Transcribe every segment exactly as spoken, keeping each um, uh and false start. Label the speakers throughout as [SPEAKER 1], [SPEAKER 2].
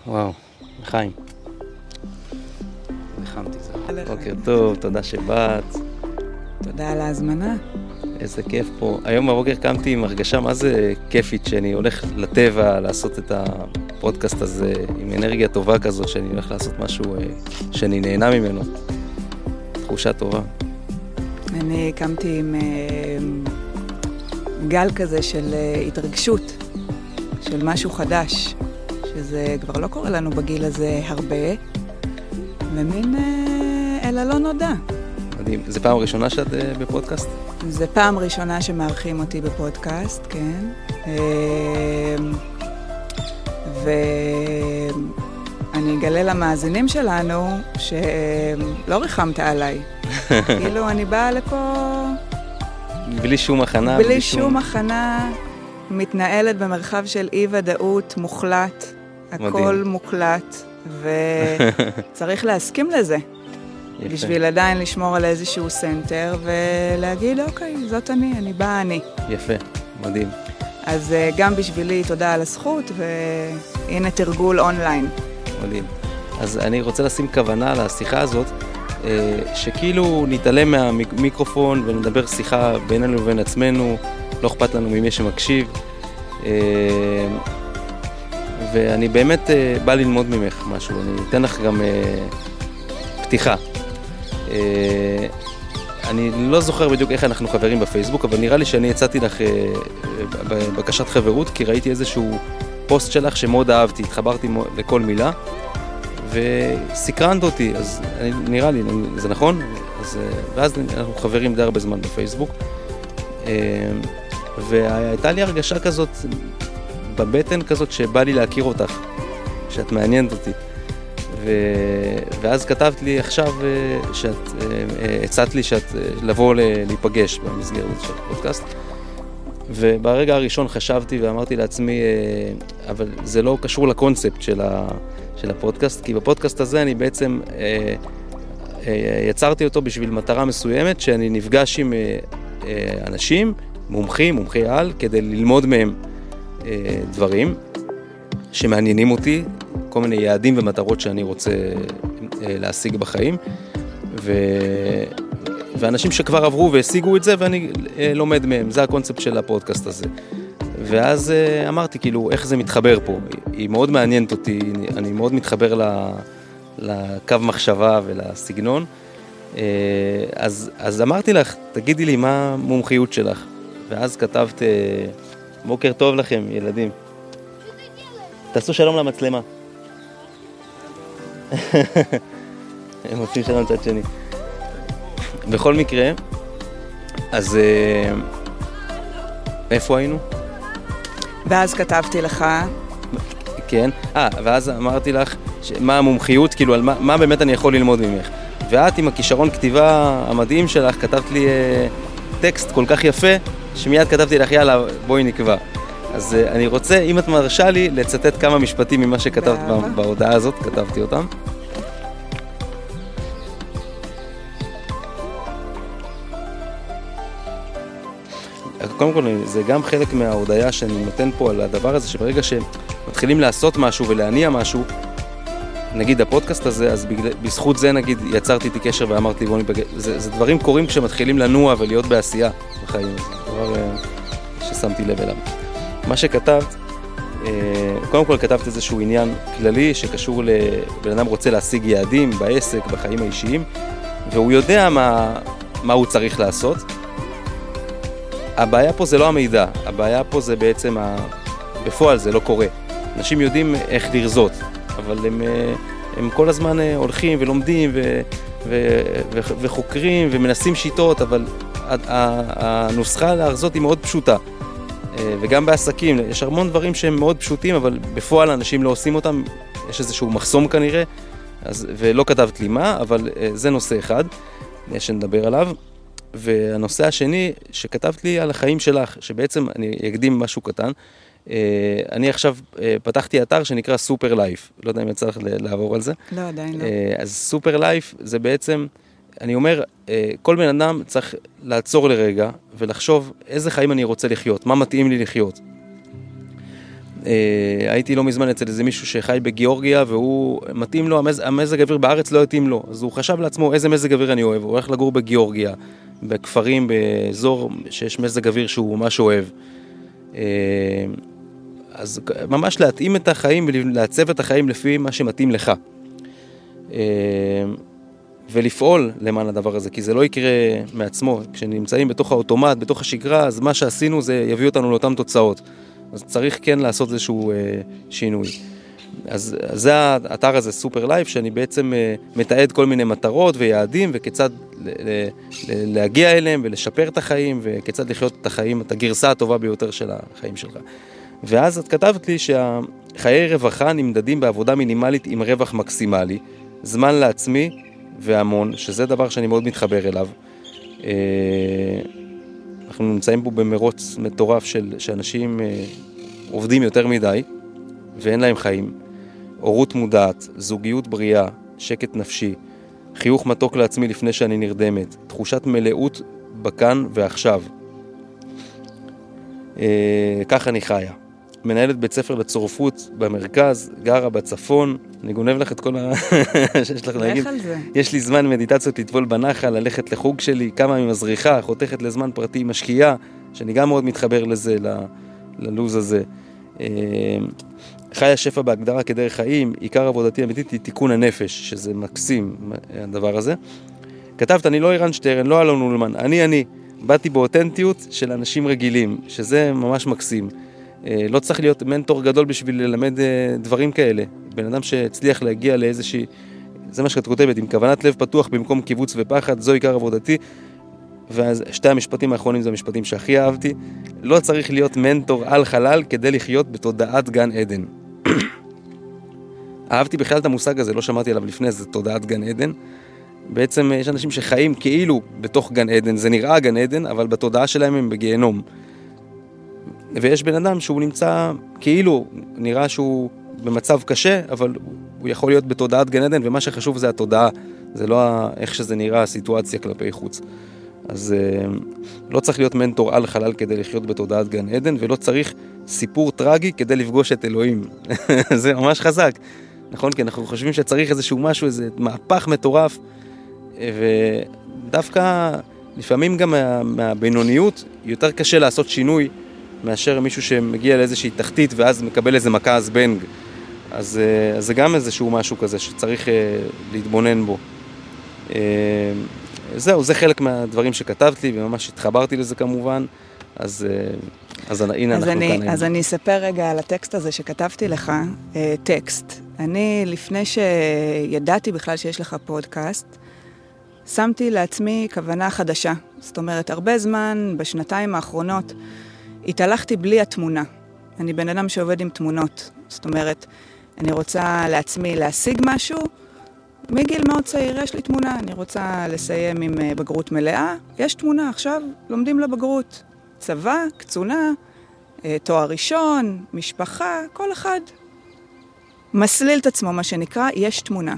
[SPEAKER 1] וואו, לחיים. לחמתי זה. בוקר טוב, תודה שבאת.
[SPEAKER 2] תודה על ההזמנה.
[SPEAKER 1] איזה כיף פה. היום בבוקר קמתי עם הרגשה מה זה כיפית שאני הולך לטבע לעשות את הפודקאסט הזה עם אנרגיה טובה כזאת, שאני הולך לעשות משהו שאני נהנה ממנו. תחושה טובה.
[SPEAKER 2] אני קמתי עם גל כזה של התרגשות, של משהו חדש, שזה כבר לא קורה לנו בגיל הזה הרבה, ומין אלא לא נודע.
[SPEAKER 1] מדהים. זה פעם ראשונה שאת בפודקאסט?
[SPEAKER 2] זה פעם ראשונה שמארחים אותי בפודקאסט, כן. ואני אגלה למאזינים שלנו שלא ריחמת עליי. כאילו אני באה לפה...
[SPEAKER 1] בלי שום הכנה.
[SPEAKER 2] בלי שום הכנה, מתנהלת במרחב של אי-ודאות מוחלט. הכל מוקלט, וצריך להסכים לזה. יפה. בשביל עדיין לשמור על איזשהו סנטר, ולהגיד, אוקיי, זאת אני, אני באה אני.
[SPEAKER 1] יפה, מדהים.
[SPEAKER 2] אז גם בשבילי תודה על הזכות, והנה תרגול אונליין.
[SPEAKER 1] מדהים. אז אני רוצה לשים כוונה לשיחה הזאת, שכאילו נתעלם מהמיקרופון ונדבר שיחה בינינו ובין עצמנו, לא אכפת לנו ממי שמקשיב, ואני באמת בא ללמוד ממך משהו, אני אתן לך גם פתיחה. אני לא זוכר בדיוק איך אנחנו חברים בפייסבוק, אבל נראה לי שאני יצאתי לך בבקשת חברות, כי ראיתי איזשהו פוסט שלך שמאוד אהבתי, התחברתי לכל מילה, וסקרנת אותי, אז נראה לי, זה נכון? אז, ואז אנחנו חברים די הרבה זמן בפייסבוק, והייתה לי הרגשה כזאת, בבטן כזאת, שבא לי להכיר אותך, שאת מעניינת אותי. ו... ואז כתבת לי עכשיו שאת הצעת לי שאת לבוא להיפגש במסגרת של הפודקאסט, וברגע הראשון חשבתי ואמרתי לעצמי, אבל זה לא קשור לקונספט של, ה... של הפודקאסט, כי בפודקאסט הזה אני בעצם יצרתי אותו בשביל מטרה מסוימת, שאני נפגש עם אנשים, מומחים, מומחי על, כדי ללמוד מהם דברים שמעניינים אותי, כל מיני יעדים ומטרות שאני רוצה להשיג בחיים, ו... ואנשים שכבר עברו והשיגו את זה, ואני לומד מהם, זה הקונספט של הפודקאסט הזה. ואז אמרתי, כאילו, איך זה מתחבר פה? היא מאוד מעניינת אותי, אני מאוד מתחבר לקו מחשבה ולסגנון, אז, אז אמרתי לך, תגידי לי מה המומחיות שלך, ואז כתבת, בוקר טוב לכם, ילדים. תעשו שלום למצלמה. הם עושים שלום צד שני. בכל מקרה, אז איפה היינו?
[SPEAKER 2] ואז כתבתי לך.
[SPEAKER 1] כן, אה, ואז אמרתי לך מה המומחיות, כאילו על מה, מה באמת אני יכול ללמוד ממך. ואת עם הכישרון כתיבה המדהים שלך, כתבת לי אה, טקסט כל כך יפה, שמיד כתבתי לך, יאללה, בואי נקבע. אז uh, אני רוצה, אם את מרשה לי, לצטט כמה משפטים ממה שכתבת בהודעה הזאת, כתבתי אותם. קודם כל, זה גם חלק מההודעה שאני נותן פה על הדבר הזה, שברגע שמתחילים לעשות משהו ולהניע משהו, נגיד הפודקאסט הזה, אז בזכות זה נגיד יצרתי איתי קשר ואמרתי בוא נפגש, זה, זה דברים קורים כשמתחילים לנוע ולהיות בעשייה בחיים, זה דבר uh, ששמתי לב אליו. מה שכתבת, קודם כל כתבת איזשהו עניין כללי שקשור לבן אדם רוצה להשיג יעדים בעסק, בחיים האישיים, והוא יודע מה, מה הוא צריך לעשות. הבעיה פה זה לא המידע, הבעיה פה זה בעצם, ה... בפועל זה לא קורה. אנשים יודעים איך לרזות, אבל הם, הם כל הזמן הולכים ולומדים ו... ו... ו... וחוקרים ומנסים שיטות, אבל הנוסחה להרזות היא מאוד פשוטה. וגם בעסקים, יש המון דברים שהם מאוד פשוטים, אבל בפועל אנשים לא עושים אותם, יש איזשהו מחסום כנראה, אז, ולא כתבת לי מה, אבל זה נושא אחד שנדבר עליו. והנושא השני שכתבת לי על החיים שלך, שבעצם אני אקדים משהו קטן, אני עכשיו פתחתי אתר שנקרא סופר לייף, לא יודע אם יצא לך לעבור על זה.
[SPEAKER 2] לא, עדיין לא.
[SPEAKER 1] אז סופר לייף זה בעצם, אני אומר, כל בן אדם צריך לעצור לרגע ולחשוב איזה חיים אני רוצה לחיות, מה מתאים לי לחיות. הייתי לא מזמן אצל איזה מישהו שחי בגיאורגיה, והוא מתאים לו, המז, המזג אוויר בארץ לא התאים לו, אז הוא חשב לעצמו איזה מזג אוויר אני אוהב, הוא הולך לגור בגיאורגיה, בכפרים, באזור שיש מזג אוויר שהוא ממש אוהב. אז ממש להתאים את החיים ולעצב את החיים לפי מה שמתאים לך. ולפעול למען הדבר הזה, כי זה לא יקרה מעצמו. כשנמצאים בתוך האוטומט, בתוך השגרה, אז מה שעשינו זה יביא אותנו לאותן תוצאות. אז צריך כן לעשות איזשהו שינוי. אז זה האתר הזה, סופר לייף, שאני בעצם מתעד כל מיני מטרות ויעדים, וכיצד להגיע אליהם ולשפר את החיים, וכיצד לחיות את החיים, את הגרסה הטובה ביותר של החיים שלך. ואז את כתבת לי שהחיי רווחה נמדדים בעבודה מינימלית עם רווח מקסימלי, זמן לעצמי והמון, שזה דבר שאני מאוד מתחבר אליו. אנחנו נמצאים פה במרוץ מטורף של שאנשים עובדים יותר מדי, ואין להם חיים. הורות מודעת, זוגיות בריאה, שקט נפשי, חיוך מתוק לעצמי לפני שאני נרדמת, תחושת מלאות בכאן ועכשיו. כך אני חיה. מנהלת בית ספר לצורפות במרכז, גרה בצפון, אני גונב לך את כל ה... שיש לך להגיד. יש לי זמן מדיטציות לטבול בנחל, ללכת לחוג שלי, כמה ממזריחה, חותכת לזמן פרטי משקיעה, שאני גם מאוד מתחבר לזה, ל... ללוז הזה. חיה שפע בהגדרה כדרך חיים, עיקר עבודתי אמיתית היא תיקון הנפש, שזה מקסים הדבר הזה. כתבת, אני לא אירן שטרן, לא אלון אולמן, אני אני, באתי באותנטיות של אנשים רגילים, שזה ממש מקסים. לא צריך להיות מנטור גדול בשביל ללמד דברים כאלה. בן אדם שהצליח להגיע לאיזושהי, זה מה שאת כותבת, עם כוונת לב פתוח במקום קיבוץ ופחד, זו עיקר עבודתי. ושתי המשפטים האחרונים זה המשפטים שהכי אהבתי. לא צריך להיות מנטור על חלל כדי לחיות בתודעת גן עדן. אהבתי בכלל את המושג הזה, לא שמעתי עליו לפני, זה תודעת גן עדן. בעצם יש אנשים שחיים כאילו בתוך גן עדן, זה נראה גן עדן, אבל בתודעה שלהם הם בגיהנום. ויש בן אדם שהוא נמצא כאילו, נראה שהוא במצב קשה, אבל הוא יכול להיות בתודעת גן עדן, ומה שחשוב זה התודעה, זה לא איך שזה נראה, הסיטואציה כלפי חוץ. אז לא צריך להיות מנטור על חלל כדי לחיות בתודעת גן עדן, ולא צריך סיפור טרגי כדי לפגוש את אלוהים. זה ממש חזק, נכון? כי אנחנו חושבים שצריך איזשהו משהו, איזה מהפך מטורף, ודווקא לפעמים גם מה, מהבינוניות יותר קשה לעשות שינוי, מאשר מישהו שמגיע לאיזושהי תחתית ואז מקבל איזה מכה אז בנג. אז, אז זה גם איזשהו משהו כזה שצריך להתבונן בו. זהו, זה חלק מהדברים שכתבת לי, וממש התחברתי לזה כמובן, אז, אז הנה
[SPEAKER 2] אז
[SPEAKER 1] אנחנו
[SPEAKER 2] אני,
[SPEAKER 1] כאן.
[SPEAKER 2] אז אני אספר רגע על הטקסט הזה שכתבתי לך, טקסט. אני, לפני שידעתי בכלל שיש לך פודקאסט, שמתי לעצמי כוונה חדשה. זאת אומרת, הרבה זמן, בשנתיים האחרונות, התהלכתי בלי התמונה. אני בן אדם שעובד עם תמונות. זאת אומרת, אני רוצה לעצמי להשיג משהו, מגיל מאוד צעיר יש לי תמונה, אני רוצה לסיים עם בגרות מלאה, יש תמונה, עכשיו לומדים לבגרות. צבא, קצונה, תואר ראשון, משפחה, כל אחד מסליל את עצמו, מה שנקרא, יש תמונה.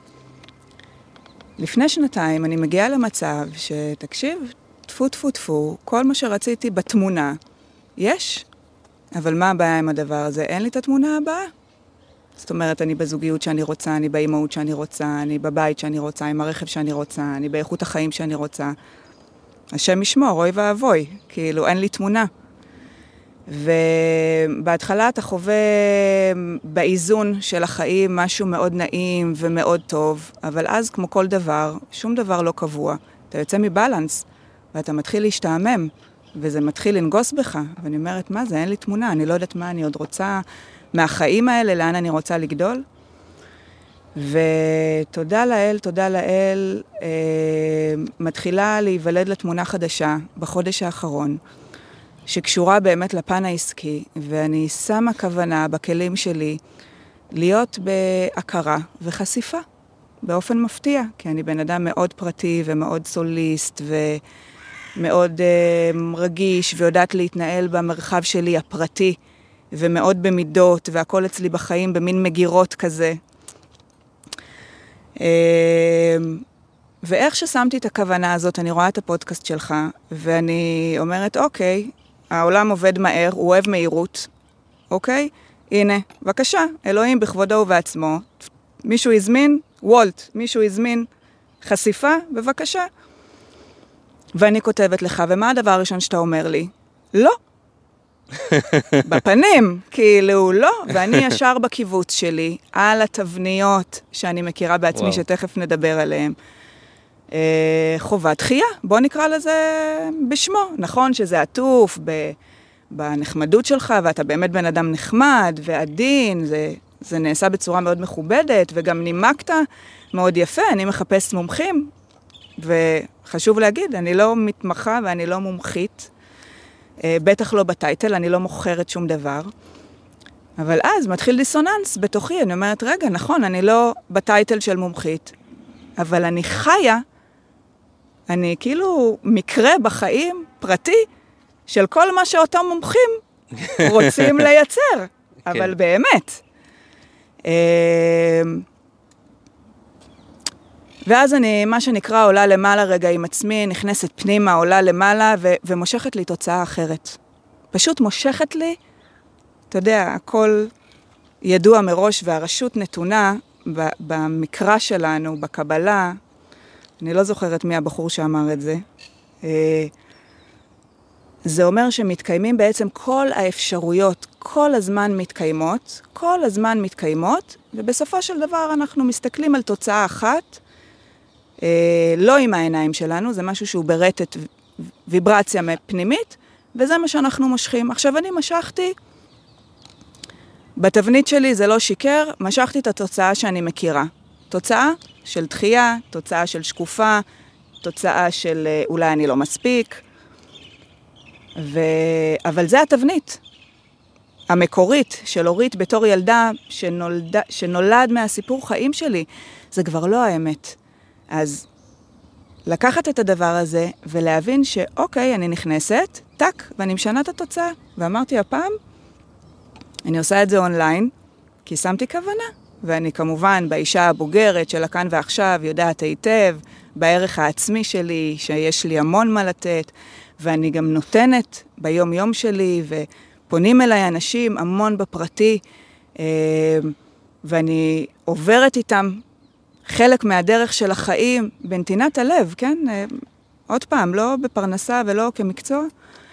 [SPEAKER 2] לפני שנתיים אני מגיעה למצב שתקשיב, תפו תפו תפו, כל מה שרציתי בתמונה, יש, אבל מה הבעיה עם הדבר הזה? אין לי את התמונה הבאה. זאת אומרת, אני בזוגיות שאני רוצה, אני באימהות שאני רוצה, אני בבית שאני רוצה, עם הרכב שאני רוצה, אני באיכות החיים שאני רוצה. השם ישמור, אוי ואבוי, כאילו אין לי תמונה. ובהתחלה אתה חווה באיזון של החיים משהו מאוד נעים ומאוד טוב, אבל אז כמו כל דבר, שום דבר לא קבוע. אתה יוצא מבלנס ואתה מתחיל להשתעמם, וזה מתחיל לנגוס בך. ואני אומרת, מה זה? אין לי תמונה, אני לא יודעת מה אני עוד רוצה מהחיים האלה, לאן אני רוצה לגדול. ותודה לאל, תודה לאל, אה, מתחילה להיוולד לתמונה חדשה בחודש האחרון, שקשורה באמת לפן העסקי, ואני שמה כוונה בכלים שלי להיות בהכרה וחשיפה, באופן מפתיע, כי אני בן אדם מאוד פרטי ומאוד סוליסט ומאוד אה, רגיש, ויודעת להתנהל במרחב שלי הפרטי, ומאוד במידות, והכל אצלי בחיים במין מגירות כזה. ואיך ששמתי את הכוונה הזאת, אני רואה את הפודקאסט שלך, ואני אומרת, אוקיי, העולם עובד מהר, הוא אוהב מהירות, אוקיי? הנה, בבקשה, אלוהים בכבודו ובעצמו, מישהו הזמין, וולט, מישהו הזמין חשיפה, בבקשה. ואני כותבת לך, ומה הדבר הראשון שאתה אומר לי? לא. בפנים, כאילו לא, ואני ישר בקיבוץ שלי, על התבניות שאני מכירה בעצמי, וואו. שתכף נדבר עליהן. אה, חובת דחייה, בוא נקרא לזה בשמו. נכון שזה עטוף ב, בנחמדות שלך, ואתה באמת בן אדם נחמד ועדין, זה, זה נעשה בצורה מאוד מכובדת, וגם נימקת מאוד יפה, אני מחפש מומחים, וחשוב להגיד, אני לא מתמחה ואני לא מומחית, בטח לא בטייטל, אני לא מוכרת שום דבר, אבל אז מתחיל דיסוננס בתוכי, אני אומרת, רגע, נכון, אני לא בטייטל של מומחית, אבל אני חיה, אני כאילו מקרה בחיים פרטי, של כל מה שאותם מומחים רוצים לייצר, אבל באמת. ואז אני, מה שנקרא, עולה למעלה רגע עם עצמי, נכנסת פנימה, עולה למעלה, ו- ומושכת לי תוצאה אחרת. פשוט מושכת לי, אתה יודע, הכל ידוע מראש, והרשות נתונה ב- במקרא שלנו, בקבלה, אני לא זוכרת מי הבחור שאמר את זה, זה אומר שמתקיימים בעצם כל האפשרויות, כל הזמן מתקיימות, כל הזמן מתקיימות, ובסופו של דבר אנחנו מסתכלים על תוצאה אחת, לא עם העיניים שלנו, זה משהו שהוא ברטט ויברציה פנימית, וזה מה שאנחנו מושכים. עכשיו אני משכתי, בתבנית שלי זה לא שיקר, משכתי את התוצאה שאני מכירה. תוצאה של דחייה, תוצאה של שקופה, תוצאה של אולי אני לא מספיק, ו... אבל זה התבנית המקורית של אורית בתור ילדה שנולד... שנולד מהסיפור חיים שלי, זה כבר לא האמת. אז לקחת את הדבר הזה ולהבין שאוקיי, אני נכנסת, טק, ואני משנה את התוצאה. ואמרתי הפעם, אני עושה את זה אונליין, כי שמתי כוונה. ואני כמובן באישה הבוגרת של הכאן ועכשיו יודעת היטב, בערך העצמי שלי, שיש לי המון מה לתת, ואני גם נותנת ביום יום שלי, ופונים אליי אנשים המון בפרטי, ואני עוברת איתם חלק מהדרך של החיים, בנתינת הלב, כן? עוד פעם, לא בפרנסה ולא כמקצוע.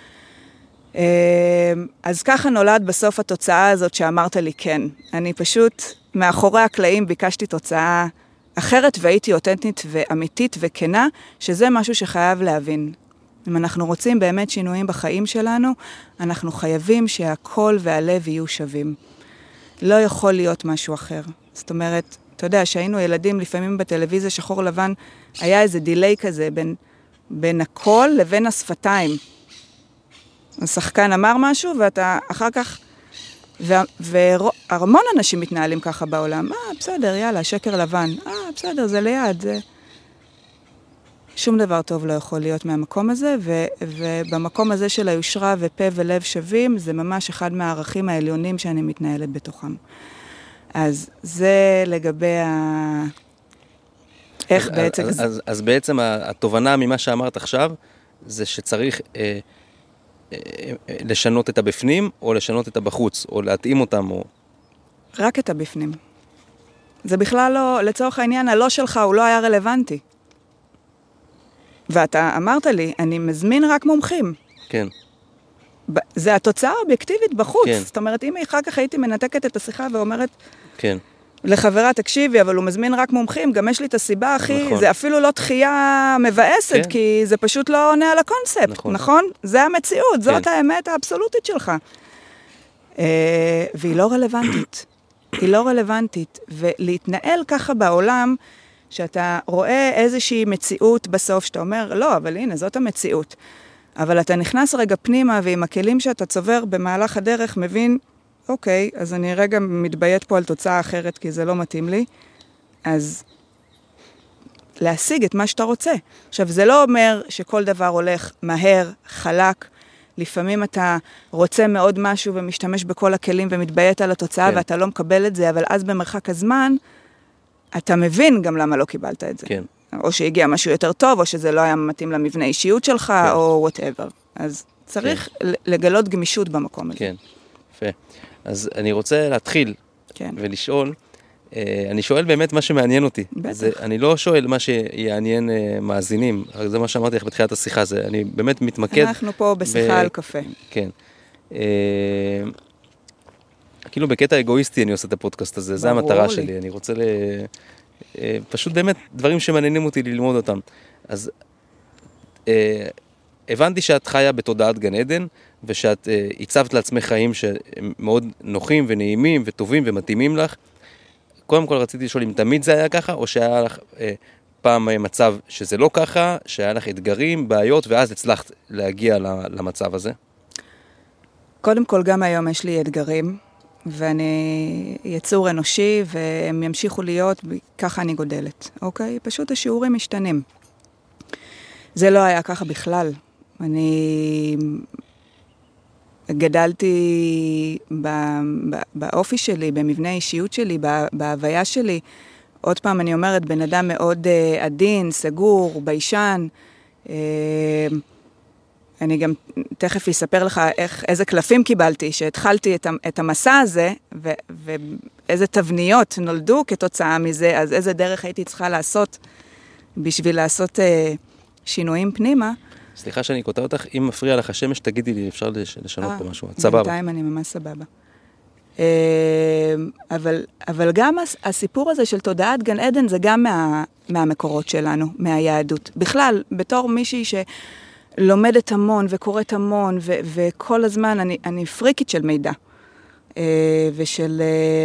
[SPEAKER 2] אז ככה נולד בסוף התוצאה הזאת שאמרת לי כן. אני פשוט מאחורי הקלעים ביקשתי תוצאה אחרת, והייתי אותנטית ואמיתית וכנה, שזה משהו שחייב להבין. אם אנחנו רוצים באמת שינויים בחיים שלנו, אנחנו חייבים שהכל והלב יהיו שווים. לא יכול להיות משהו אחר. זאת אומרת, אתה יודע, שהיינו ילדים לפעמים בטלוויזיה שחור לבן, היה איזה דיליי כזה בין, בין הכל לבין השפתיים. השחקן אמר משהו, ואתה אחר כך, והרמון אנשים מתנהלים ככה בעולם. אה, בסדר, יאללה, שקר לבן. אה, בסדר, זה ליד, זה... שום דבר טוב לא יכול להיות מהמקום הזה, ו, ובמקום הזה של היושרה ופה ולב שווים, זה ממש אחד מהערכים העליונים שאני מתנהלת בתוכם. אז זה לגבי ה... איך
[SPEAKER 1] אז,
[SPEAKER 2] בעצם...
[SPEAKER 1] אז, אז, אז בעצם התובנה ממה שאמרת עכשיו, זה שצריך אה, אה, לשנות את הבפנים, או לשנות את הבחוץ, או להתאים אותם, או...
[SPEAKER 2] רק את הבפנים. זה בכלל לא, לצורך העניין, הלא שלך הוא לא היה רלוונטי. ואתה אמרת לי, אני מזמין רק מומחים.
[SPEAKER 1] כן.
[SPEAKER 2] זה התוצאה האובייקטיבית בחוץ.
[SPEAKER 1] כן.
[SPEAKER 2] זאת אומרת, אם אחר כך הייתי מנתקת את השיחה ואומרת,
[SPEAKER 1] כן.
[SPEAKER 2] לחברה, תקשיבי, אבל הוא מזמין רק מומחים, גם יש לי את הסיבה, אחי,
[SPEAKER 1] נכון.
[SPEAKER 2] זה אפילו לא דחייה מבאסת, כן. כי זה פשוט לא עונה על הקונספט, נכון? נכון? זה המציאות, כן. זאת האמת האבסולוטית שלך. אה, והיא לא רלוונטית. היא לא רלוונטית. ולהתנהל ככה בעולם, שאתה רואה איזושהי מציאות בסוף, שאתה אומר, לא, אבל הנה, זאת המציאות. אבל אתה נכנס רגע פנימה, ועם הכלים שאתה צובר במהלך הדרך, מבין, אוקיי, אז אני רגע מתביית פה על תוצאה אחרת, כי זה לא מתאים לי. אז להשיג את מה שאתה רוצה. עכשיו, זה לא אומר שכל דבר הולך מהר, חלק. לפעמים אתה רוצה מאוד משהו ומשתמש בכל הכלים ומתביית על התוצאה, כן. ואתה לא מקבל את זה, אבל אז במרחק הזמן, אתה מבין גם למה לא קיבלת את זה.
[SPEAKER 1] כן.
[SPEAKER 2] או שהגיע משהו יותר טוב, או שזה לא היה מתאים למבנה אישיות שלך, כן. או whatever. אז צריך כן. לגלות גמישות במקום הזה.
[SPEAKER 1] כן, יפה. אז אני רוצה להתחיל
[SPEAKER 2] כן.
[SPEAKER 1] ולשאול, אני שואל באמת מה שמעניין אותי. זה, אני לא שואל מה שיעניין מאזינים, זה מה שאמרתי לך בתחילת השיחה, זה, אני באמת מתמקד.
[SPEAKER 2] אנחנו פה בשיחה ב... על קפה.
[SPEAKER 1] כן. כאילו בקטע אגואיסטי אני עושה את הפודקאסט הזה, זה המטרה לי. שלי, אני רוצה ל... פשוט באמת דברים שמעניינים אותי ללמוד אותם. אז הבנתי שאת חיה בתודעת גן עדן, ושאת הצבת לעצמך חיים שמאוד נוחים ונעימים וטובים ומתאימים לך. קודם כל רציתי לשאול אם תמיד זה היה ככה, או שהיה לך אה, פעם מצב שזה לא ככה, שהיה לך אתגרים, בעיות, ואז הצלחת להגיע למצב הזה?
[SPEAKER 2] קודם כל גם היום יש לי אתגרים, ואני יצור אנושי, והם ימשיכו להיות, ככה אני גודלת, אוקיי? פשוט השיעורים משתנים. זה לא היה ככה בכלל. אני גדלתי באופי שלי, במבנה האישיות שלי, בהוויה שלי. עוד פעם אני אומרת, בן אדם מאוד עדין, סגור, ביישן. אני גם תכף אספר לך איך, איזה קלפים קיבלתי, שהתחלתי את, את המסע הזה, ו, ואיזה תבניות נולדו כתוצאה מזה, אז איזה דרך הייתי צריכה לעשות בשביל לעשות אה, שינויים פנימה.
[SPEAKER 1] סליחה שאני כותב אותך, אם מפריע לך שמש, תגידי לי, אפשר לשנות פה משהו. סבבה.
[SPEAKER 2] בינתיים אני ממש סבבה. אבל, אבל גם הסיפור הזה של תודעת גן עדן, זה גם מה, מהמקורות שלנו, מהיהדות. בכלל, בתור מישהי שלומדת המון וקוראת המון, ו, וכל הזמן אני, אני פריקית של מידע. ושל,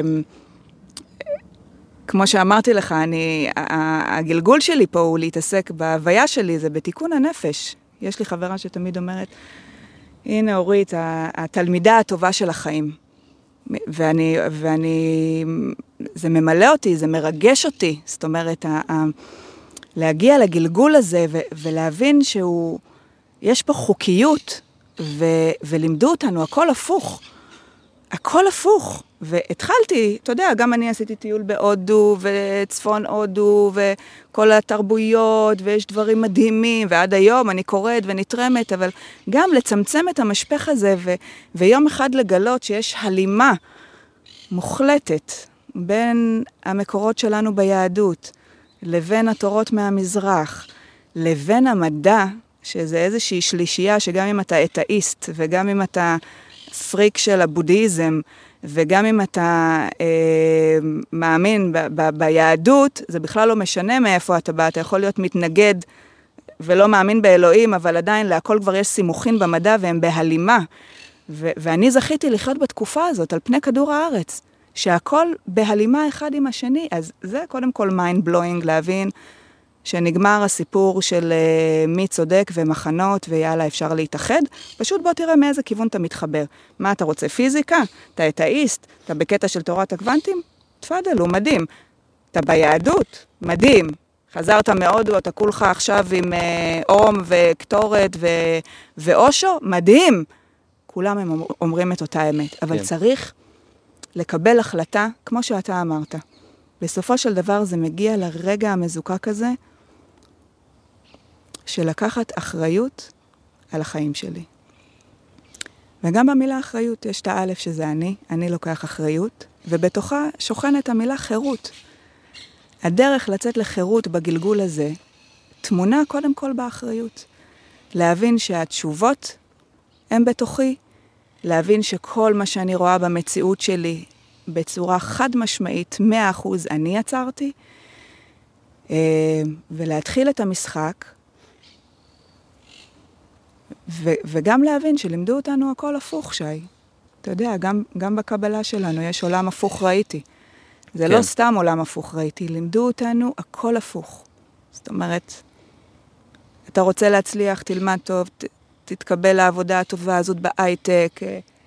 [SPEAKER 2] כמו שאמרתי לך, אני, הגלגול שלי פה הוא להתעסק בהוויה שלי, זה בתיקון הנפש. יש לי חברה שתמיד אומרת, הנה אורית, התלמידה הטובה של החיים. ואני, ואני, זה ממלא אותי, זה מרגש אותי. זאת אומרת, ה, ה, להגיע לגלגול הזה ו, ולהבין שהוא, יש פה חוקיות, ו, ולימדו אותנו, הכל הפוך. הכל הפוך. והתחלתי, אתה יודע, גם אני עשיתי טיול בהודו, וצפון הודו, וכל התרבויות, ויש דברים מדהימים, ועד היום אני קוראת ונתרמת, אבל גם לצמצם את המשפך הזה, ו- ויום אחד לגלות שיש הלימה מוחלטת בין המקורות שלנו ביהדות, לבין התורות מהמזרח, לבין המדע, שזה איזושהי שלישייה, שגם אם אתה אתאיסט, וגם אם אתה פריק של הבודהיזם, וגם אם אתה אה, מאמין ב- ב- ביהדות, זה בכלל לא משנה מאיפה אתה בא, אתה יכול להיות מתנגד ולא מאמין באלוהים, אבל עדיין להכל כבר יש סימוכין במדע והם בהלימה. ו- ואני זכיתי לחיות בתקופה הזאת על פני כדור הארץ, שהכל בהלימה אחד עם השני, אז זה קודם כל mind blowing להבין שנגמר הסיפור של uh, מי צודק ומחנות ויאללה אפשר להתאחד, פשוט בוא תראה מאיזה כיוון אתה מתחבר. מה אתה רוצה? פיזיקה? אתה אתאיסט? אתה בקטע של תורת הקוונטים? תפדל, הוא מדהים. אתה ביהדות? מדהים. חזרת מהודו, אתה כולך עכשיו עם uh, אום וקטורת ו- ואושו? מדהים. כולם הם אומרים את אותה אמת, אבל כן. צריך לקבל החלטה, כמו שאתה אמרת. בסופו של דבר זה מגיע לרגע המזוקק הזה, של לקחת אחריות על החיים שלי. וגם במילה אחריות יש את האלף שזה אני, אני לוקח אחריות, ובתוכה שוכנת המילה חירות. הדרך לצאת לחירות בגלגול הזה, תמונה קודם כל באחריות. להבין שהתשובות הן בתוכי, להבין שכל מה שאני רואה במציאות שלי, בצורה חד משמעית, מאה אחוז אני עצרתי, ולהתחיל את המשחק, ו- וגם להבין שלימדו אותנו הכל הפוך, שי. אתה יודע, גם, גם בקבלה שלנו יש עולם הפוך ראיתי. זה כן. לא סתם עולם הפוך ראיתי, לימדו אותנו הכל הפוך. זאת אומרת, אתה רוצה להצליח, תלמד טוב, ת- תתקבל לעבודה הטובה הזאת בהייטק,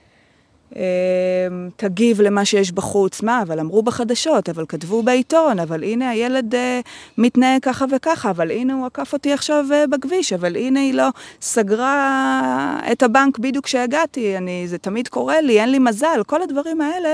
[SPEAKER 2] תגיב למה שיש בחוץ, מה, אבל אמרו בחדשות, אבל כתבו בעיתון, אבל הנה הילד מתנהג ככה וככה, אבל הנה הוא עקף אותי עכשיו בכביש, אבל הנה היא לא סגרה את הבנק בדיוק כשהגעתי, אני, זה תמיד קורה לי, אין לי מזל, כל הדברים האלה,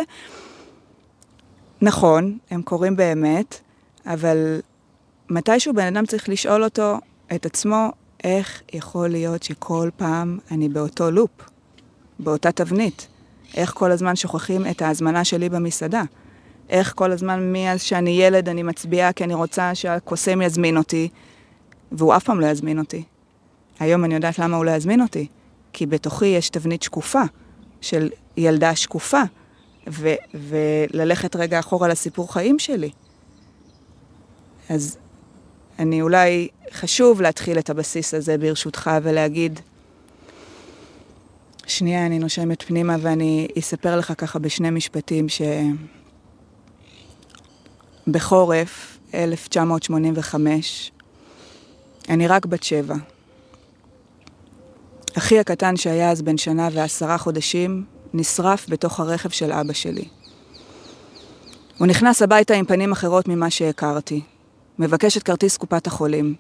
[SPEAKER 2] נכון, הם קורים באמת, אבל מתישהו בן אדם צריך לשאול אותו, את עצמו, איך יכול להיות שכל פעם אני באותו לופ, באותה תבנית, איך כל הזמן שוכחים את ההזמנה שלי במסעדה. איך כל הזמן מאז שאני ילד אני מצביעה כי אני רוצה שהקוסם יזמין אותי, והוא אף פעם לא יזמין אותי. היום אני יודעת למה הוא לא יזמין אותי. כי בתוכי יש תבנית שקופה של ילדה שקופה, ו- וללכת רגע אחורה לסיפור חיים שלי. אז אני אולי חשוב להתחיל את הבסיס הזה ברשותך ולהגיד, שנייה, אני נושמת פנימה ואני אספר לך ככה בשני משפטים שבחורף אלף תשע מאות שמונים וחמש, אני רק בת שבע. אחי הקטן שהיה אז בן שנה ועשרה חודשים, נשרף בתוך הרכב של אבא שלי. הוא נכנס הביתה עם פנים אחרות ממה שהכרתי. מבקש את כרטיס קופת החולים.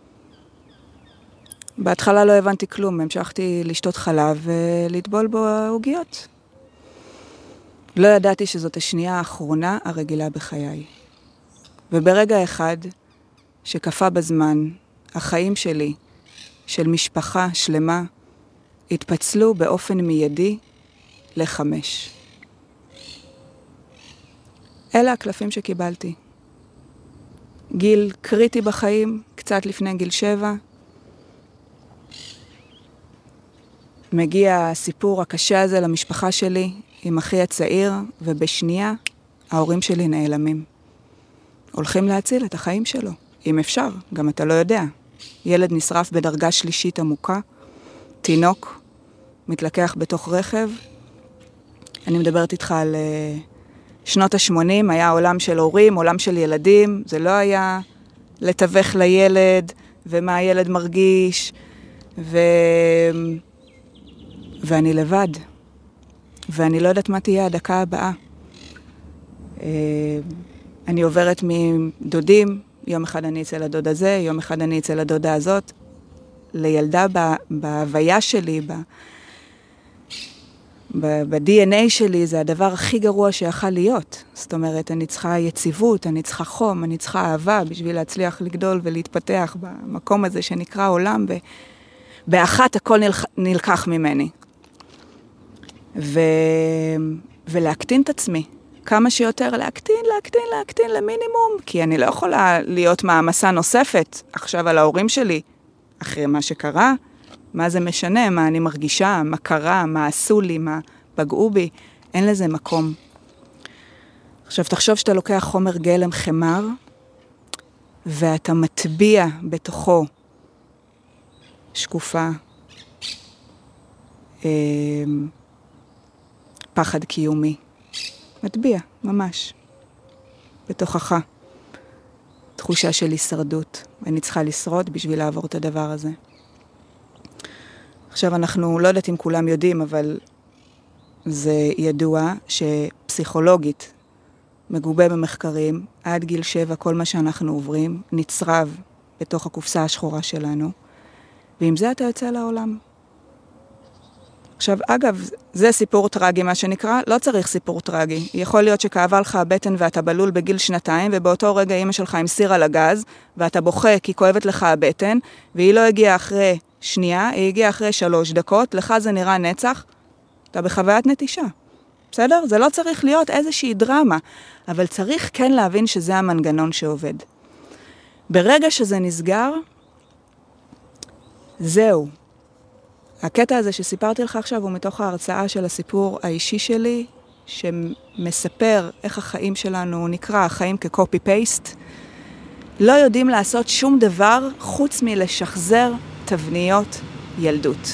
[SPEAKER 2] בהתחלה לא הבנתי כלום, המשכתי לשתות חלב ולטבול בו עוגיות. לא ידעתי שזאת השנייה האחרונה הרגילה בחיי. וברגע אחד שקפה בזמן, החיים שלי, של משפחה שלמה, התפצלו באופן מיידי לחמש. אלה הקלפים שקיבלתי. גיל קריטי בחיים, קצת לפני גיל שבע. מגיע הסיפור הקשה הזה למשפחה שלי עם אחי הצעיר, ובשנייה ההורים שלי נעלמים. הולכים להציל את החיים שלו, אם אפשר, גם אתה לא יודע. ילד נשרף בדרגה שלישית עמוקה, תינוק, מתלקח בתוך רכב. אני מדברת איתך על uh, שנות ה-שמונים, היה עולם של הורים, עולם של ילדים, זה לא היה לתווך לילד ומה הילד מרגיש, ו... ואני לבד, ואני לא יודעת מה תהיה הדקה הבאה. Uh, אני עוברת מדודים, יום אחד אני אצל הדוד הזה, יום אחד אני אצל הדודה הזאת, לילדה בהוויה שלי, ב-די אן איי שלי, זה הדבר הכי גרוע שיכל להיות. זאת אומרת, אני צריכה יציבות, אני צריכה חום, אני צריכה אהבה, בשביל להצליח לגדול ולהתפתח במקום הזה שנקרא עולם, ובאחת הכל נלקח ממני. ו... ולהקטין את עצמי. כמה שיותר להקטין, להקטין, להקטין למינימום, כי אני לא יכולה להיות מעמסה נוספת עכשיו על ההורים שלי, אחרי מה שקרה, מה זה משנה, מה אני מרגישה, מה קרה, מה עשו לי, מה פגעו בי, אין לזה מקום. עכשיו תחשוב שאתה לוקח חומר גלם חמר, ואתה מטביע בתוכו שקופה, אה, פחד קיומי. מטביע, ממש, בתוכך. תחושה של הישרדות. אני צריכה לשרוד בשביל לעבור את הדבר הזה. עכשיו אנחנו לא יודעת אם כולם יודעים, אבל זה ידוע שפסיכולוגית, מגובה במחקרים, עד גיל שבע כל מה שאנחנו עוברים, נצרב בתוך הקופסה השחורה שלנו, ועם זה אתה יוצא לעולם. עכשיו, אגב, זה סיפור טרגי, מה שנקרא, לא צריך סיפור טרגי. יכול להיות שכאבה לך הבטן ואתה בלול בגיל שנתיים, ובאותו רגע אמא שלך עם סיר על הגז, ואתה בוכה כי כואבת לך הבטן, והיא לא הגיעה אחרי שנייה, היא הגיעה אחרי שלוש דקות, לך זה נראה נצח, אתה בחוויית נטישה. בסדר? זה לא צריך להיות איזושהי דרמה, אבל צריך כן להבין שזה המנגנון שעובד. ברגע שזה נסגר, זהו. הקטע הזה שסיפרתי לך עכשיו הוא מתוך ההרצאה של הסיפור האישי שלי, שמספר איך החיים שלנו נקרא, החיים כקופי-פייסט. לא יודעים לעשות שום דבר חוץ מלשחזר תבניות ילדות.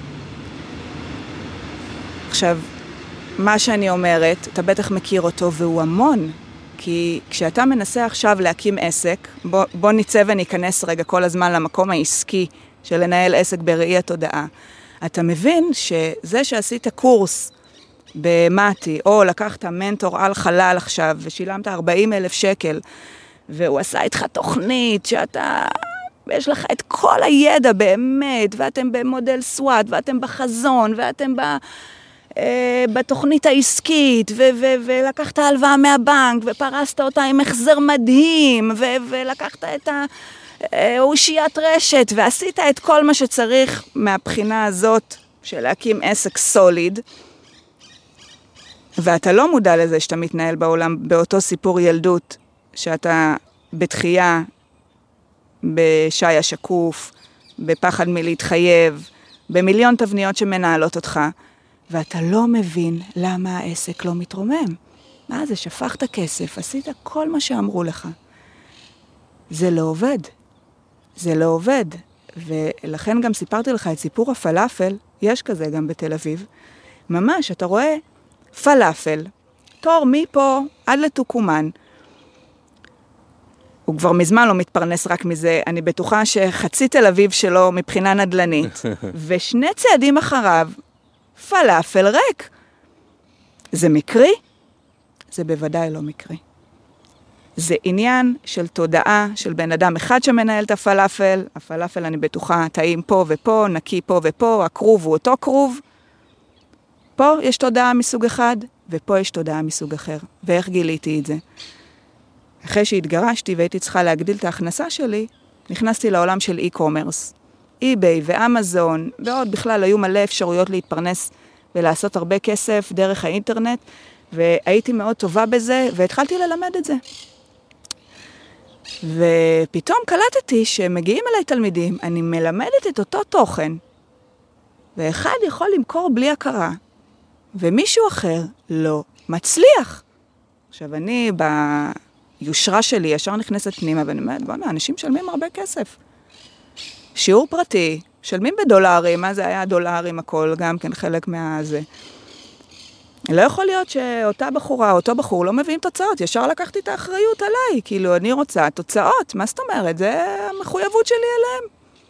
[SPEAKER 2] עכשיו, מה שאני אומרת, אתה בטח מכיר אותו והוא המון, כי כשאתה מנסה עכשיו להקים עסק, בוא, בוא ניצא וניכנס רגע כל הזמן למקום העסקי של לנהל עסק בראי התודעה. אתה מבין שזה שעשית קורס במתי, או לקחת מנטור על חלל עכשיו, ושילמת ארבעים אלף שקל, והוא עשה איתך תוכנית שאתה, יש לך את כל הידע באמת, ואתם במודל סוואט, ואתם בחזון, ואתם ב... בתוכנית העסקית, ו- ו- ולקחת הלוואה מהבנק, ופרסת אותה עם החזר מדהים, ו- ולקחת את האושיית רשת, ועשית את כל מה שצריך מהבחינה הזאת של להקים עסק סוליד, ואתה לא מודע לזה שאתה מתנהל בעולם באותו סיפור ילדות, שאתה בתחייה, בשי השקוף, בפחד מלהתחייב, במיליון תבניות שמנהלות אותך, ואתה לא מבין למה העסק לא מתרומם. מה זה? שפכת כסף, עשית כל מה שאמרו לך. זה לא עובד. זה לא עובד. ולכן גם סיפרתי לך את סיפור הפלאפל, יש כזה גם בתל אביב, ממש, אתה רואה פלאפל, תור מפה עד לתוקומן, הוא כבר מזמן לא מתפרנס רק מזה, אני בטוחה שחצי תל אביב שלו מבחינה נדלנית, ושני צעדים אחריו, פלאפל ריק. זה מקרי? זה בוודאי לא מקרי. זה עניין של תודעה, של בן אדם אחד שמנהל את הפלאפל, הפלאפל אני בטוחה, טעים פה ופה, נקי פה ופה, הקרוב הוא אותו קרוב. פה יש תודעה מסוג אחד, ופה יש תודעה מסוג אחר. ואיך גיליתי את זה? אחרי שהתגרשתי והייתי צריכה להגדיל את ההכנסה שלי, נכנסתי לעולם של אי-קומרס. אי-ביי ואמזון, ועוד בכלל היו מלא אפשרויות להתפרנס ולעשות הרבה כסף דרך האינטרנט, והייתי מאוד טובה בזה, והתחלתי ללמד את זה. ופתאום קלטתי שמגיעים אליי תלמידים, אני מלמדת את אותו תוכן, ואחד יכול למכור בלי הכרה, ומישהו אחר לא מצליח. עכשיו אני ביושרה שלי ישר נכנסת פנימה, ואני אומרת, בוא'נה, אנשים משלמים הרבה כסף. שיעור פרטי, משלמים בדולרים, מה זה היה דולרים הכל, גם כן חלק מהזה. לא יכול להיות שאותה בחורה, אותו בחור לא מביאים תוצאות, ישר לקחתי את האחריות עליי, כאילו אני רוצה תוצאות, מה זאת אומרת? זה המחויבות שלי אליהם.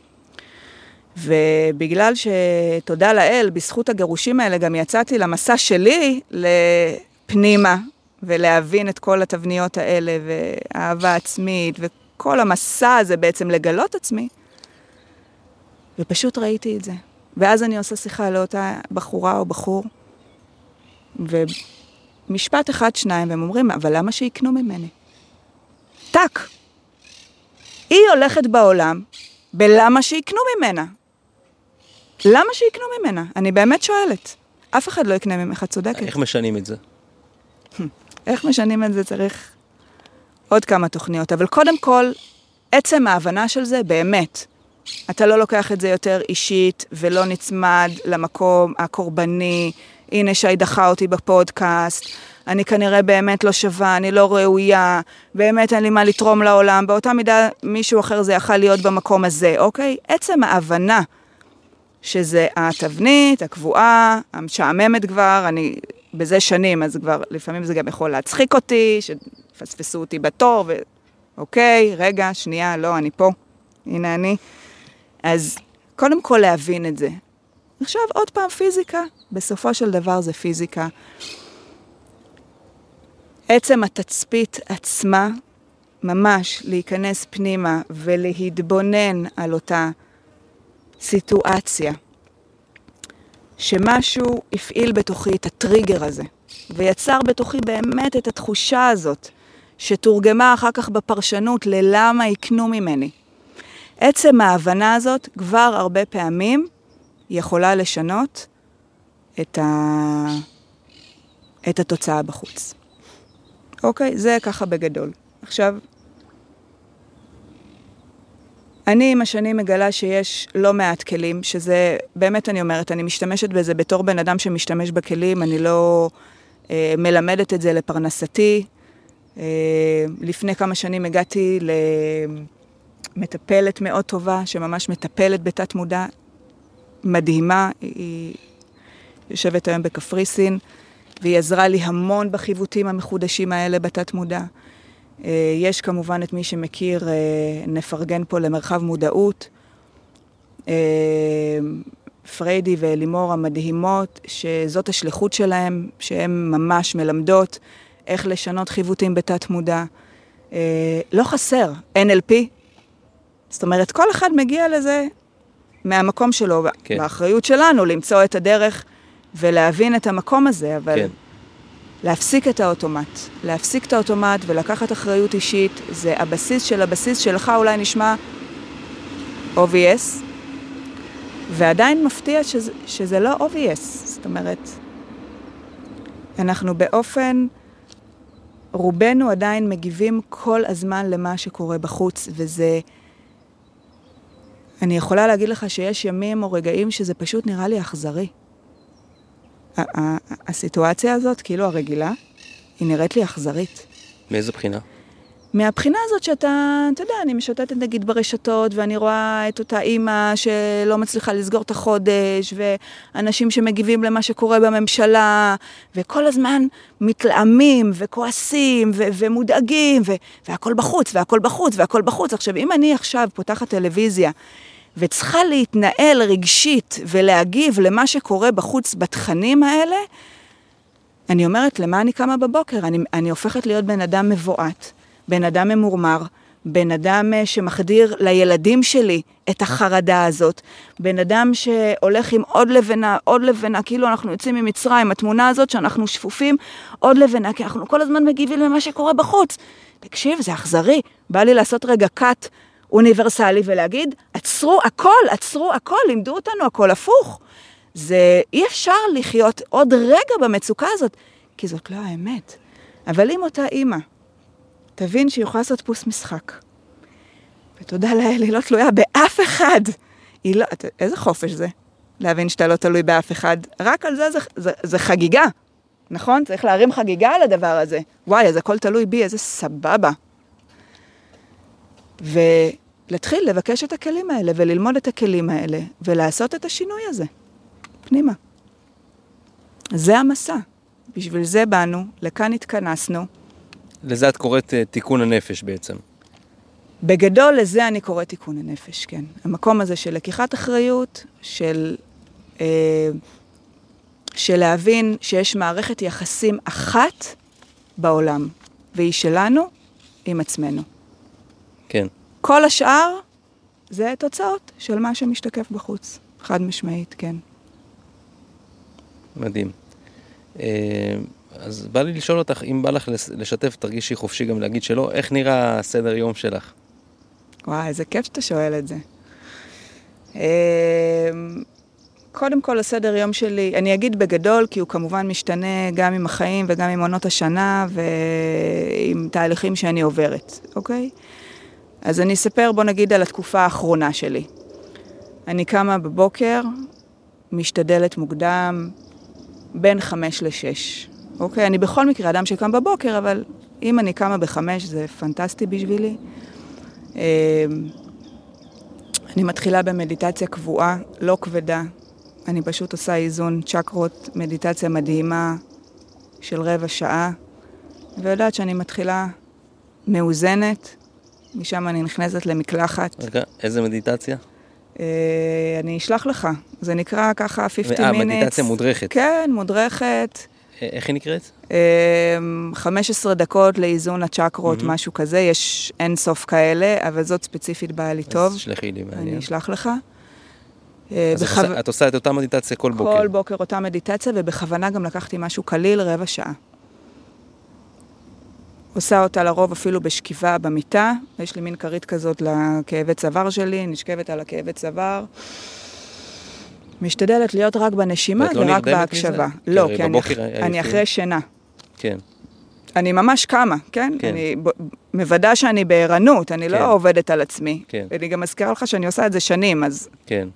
[SPEAKER 2] ובגלל שתודה לאל, בזכות הגירושים האלה, גם יצאתי למסע שלי לפנימה, ולהבין את כל התבניות האלה, ואהבה עצמית, וכל המסע הזה בעצם לגלות עצמי, ופשוט ראיתי את זה. ואז אני עושה שיחה לאותה בחורה או בחור, ומשפט אחד, שניים, והם אומרים, אבל למה שיקנו ממני? טק. היא הולכת בעולם, בלמה שיקנו ממנה? למה שיקנו ממנה? אני באמת שואלת. אף אחד לא יקנה ממך, את צודקת.
[SPEAKER 1] איך משנים את זה?
[SPEAKER 2] איך משנים את זה? צריך עוד כמה תוכניות. אבל קודם כל, עצם ההבנה של זה באמת. אתה לא לוקח את זה יותר אישית, ולא נצמד למקום הקורבני, הנה שי דחה אותי בפודקאסט, אני כנראה באמת לא שווה, אני לא ראויה, באמת אין לי מה לתרום לעולם, באותה מידה מישהו אחר זה יכול להיות במקום הזה, אוקיי? עצם ההבנה שזה התבנית, הקבועה, המשעממת כבר, אני בזה שנים, אז כבר לפעמים זה גם יכול להצחיק אותי, שפספסו אותי בתור, ו... אוקיי, רגע, שנייה, לא, אני פה, הנה אני. אז קודם כל להבין את זה. עכשיו עוד פעם פיזיקה, בסופו של דבר זה פיזיקה. עצם התצפית עצמה, ממש להיכנס פנימה ולהתבונן על אותה סיטואציה, שמשהו הפעיל בתוכי את הטריגר הזה, ויצר בתוכי באמת את התחושה הזאת, שתורגמה אחר כך בפרשנות ללמה יקנו ממני. עצם ההבנה הזאת כבר הרבה פעמים יכולה לשנות את, ה... את התוצאה בחוץ. אוקיי? זה ככה בגדול. עכשיו, אני עם השנים מגלה שיש לא מעט כלים, שזה, באמת אני אומרת, אני משתמשת בזה בתור בן אדם שמשתמש בכלים, אני לא אה, מלמדת את זה לפרנסתי. אה, לפני כמה שנים הגעתי למטפלת מאוד טובה, שממש מטפלת בתת מודע, מדהימה, היא יושבת היום בקפריסין, והיא עזרה לי המון בחיווטים המחודשים האלה בתת מודע. יש כמובן את מי שמכיר, נפרגן פה למרחב מודעות, פריידי ואלימור המדהימות, שזאת השליחות שלהם, שהן ממש מלמדות איך לשנות חיווטים בתת מודע. לא חסר, אן אל פי, זאת אומרת, כל אחד מגיע לזה מהמקום שלו, כן. באחריות שלנו, למצוא את הדרך ולהבין את המקום הזה, אבל כן. להפסיק את האוטומט. להפסיק את האוטומט ולקחת אחריות אישית, זה הבסיס של הבסיס שלך אולי נשמע obvious, ועדיין מפתיע שזה, שזה לא obvious. זאת אומרת, אנחנו באופן, רובנו עדיין מגיבים כל הזמן למה שקורה בחוץ, וזה, אני יכולה להגיד לך שיש ימים או רגעים שזה פשוט נראה לי אכזרי. הסיטואציה הזאת, כאילו הרגילה, היא נראית לי אכזרית.
[SPEAKER 1] מאיזה בחינה?
[SPEAKER 2] מהבחינה הזאת שאתה, אתה יודע, אני משוטטת נגיד ברשתות, ואני רואה את אותה אימא שלא מצליחה לסגור את החודש, ואנשים שמגיבים למה שקורה בממשלה, וכל הזמן מתלעמים וכועסים ו- ומודאגים, ו- והכל בחוץ, והכל בחוץ, והכל בחוץ. עכשיו, אם אני עכשיו פותחת טלוויזיה, וצריכה להתנהל רגשית ולהגיב למה שקורה בחוץ בתכנים האלה, אני אומרת, למה אני קמה בבוקר? אני, אני הופכת להיות בן אדם מבועת, בן אדם ממורמר, בן אדם שמחדיר לילדים שלי את החרדה הזאת, בן אדם שהולך עם עוד לבנה, עוד לבנה, כאילו אנחנו יוצאים ממצרים, התמונה הזאת שאנחנו שפופים, עוד לבנה, כי אנחנו כל הזמן מגיבים למה שקורה בחוץ. תקשיב, זה אכזרי, בא לי לעשות רגע קאט אוניברסלי ולהגיד, עצרו הכל, עצרו הכל, לימדו אותנו הכל הפוך. זה אי אפשר לחיות עוד רגע במצוקה הזאת, כי זאת לא האמת. אבל אם אותה אימא, תבין שהיא יכולה לעשות פוס משחק. ותודה לאל, היא לא תלויה באף אחד. היא לא, איזה חופש זה? להבין שאתה לא תלוי באף אחד. רק על זה זה, זה, זה חגיגה. נכון? צריך להרים חגיגה על הדבר הזה. וואי, אז הכל תלוי בי, איזה סבבה. ולהתחיל לבקש את הכלים האלה, וללמוד את הכלים האלה, ולעשות את השינוי הזה. פנימה. זה המסע. בשביל זה באנו, לכאן התכנסנו.
[SPEAKER 1] לזה את קוראת uh, תיקון הנפש בעצם.
[SPEAKER 2] בגדול לזה אני קוראת תיקון הנפש, כן. המקום הזה של לקיחת אחריות, של, אה, של להבין שיש מערכת יחסים אחת בעולם, והיא שלנו עם עצמנו.
[SPEAKER 1] כן.
[SPEAKER 2] כל השאר זה תוצאות של מה שמשתקף בחוץ. חד משמעית, כן.
[SPEAKER 1] מדהים. אז בא לי לשאול אותך, אם בא לך לשתף, תרגישי חופשי גם להגיד שלא, איך נראה הסדר יום שלך?
[SPEAKER 2] וואי, איזה כיף שאתה שואל את זה. קודם כל, הסדר יום שלי, אני אגיד בגדול, כי הוא כמובן משתנה גם עם החיים וגם עם עונות השנה ועם תהליכים שאני עוברת, אוקיי? אז אני אספר, בוא נגיד, על התקופה האחרונה שלי. אני קמה בבוקר, משתדלת מוקדם, בין חמש לשש. אוקיי? אני בכל מקרה אדם שקם בבוקר, אבל אם אני קמה בחמש, זה פנטסטי בשבילי. אני מתחילה במדיטציה קבועה, לא כבדה. אני פשוט עושה איזון צ'קרות, מדיטציה מדהימה של רבע שעה, ויודעת שאני מתחילה מאוזנת, משם אני נכנסת למקלחת.
[SPEAKER 1] רגע, איזה מדיטציה?
[SPEAKER 2] אני אשלח לך. זה נקרא ככה חמישים
[SPEAKER 1] אה,
[SPEAKER 2] minutes.
[SPEAKER 1] מדיטציה מודרכת.
[SPEAKER 2] כן, מודרכת.
[SPEAKER 1] איך היא נקראת?
[SPEAKER 2] חמש עשרה דקות לאיזון הצ'קרות, mm-hmm. משהו כזה. יש אין סוף כאלה, אבל זאת ספציפית באה לי טוב.
[SPEAKER 1] אז שלחי לי, מעניין.
[SPEAKER 2] אני אשלח לך.
[SPEAKER 1] אז בחו... את, עושה, את עושה את אותה מדיטציה כל בוקר?
[SPEAKER 2] כל בוקר אותה מדיטציה, ובכוונה גם לקחתי משהו קליל, רבע שעה. עושה אותה לרוב אפילו בשכיבה במיטה. יש לי מין כרית כזאת לכאבי צוואר שלי, נשכבת על הכאבי צוואר. משתדלת להיות רק בנשימה ורק בהקשבה. לא, כי אני, אני אחרי שינה.
[SPEAKER 1] כן.
[SPEAKER 2] אני ממש קמה, כן? כן. אני מוודא שאני בערנות, אני כן. לא עובדת על עצמי. כן. אני גם מזכירה לך שאני עושה את זה שנים, אז...
[SPEAKER 1] כן.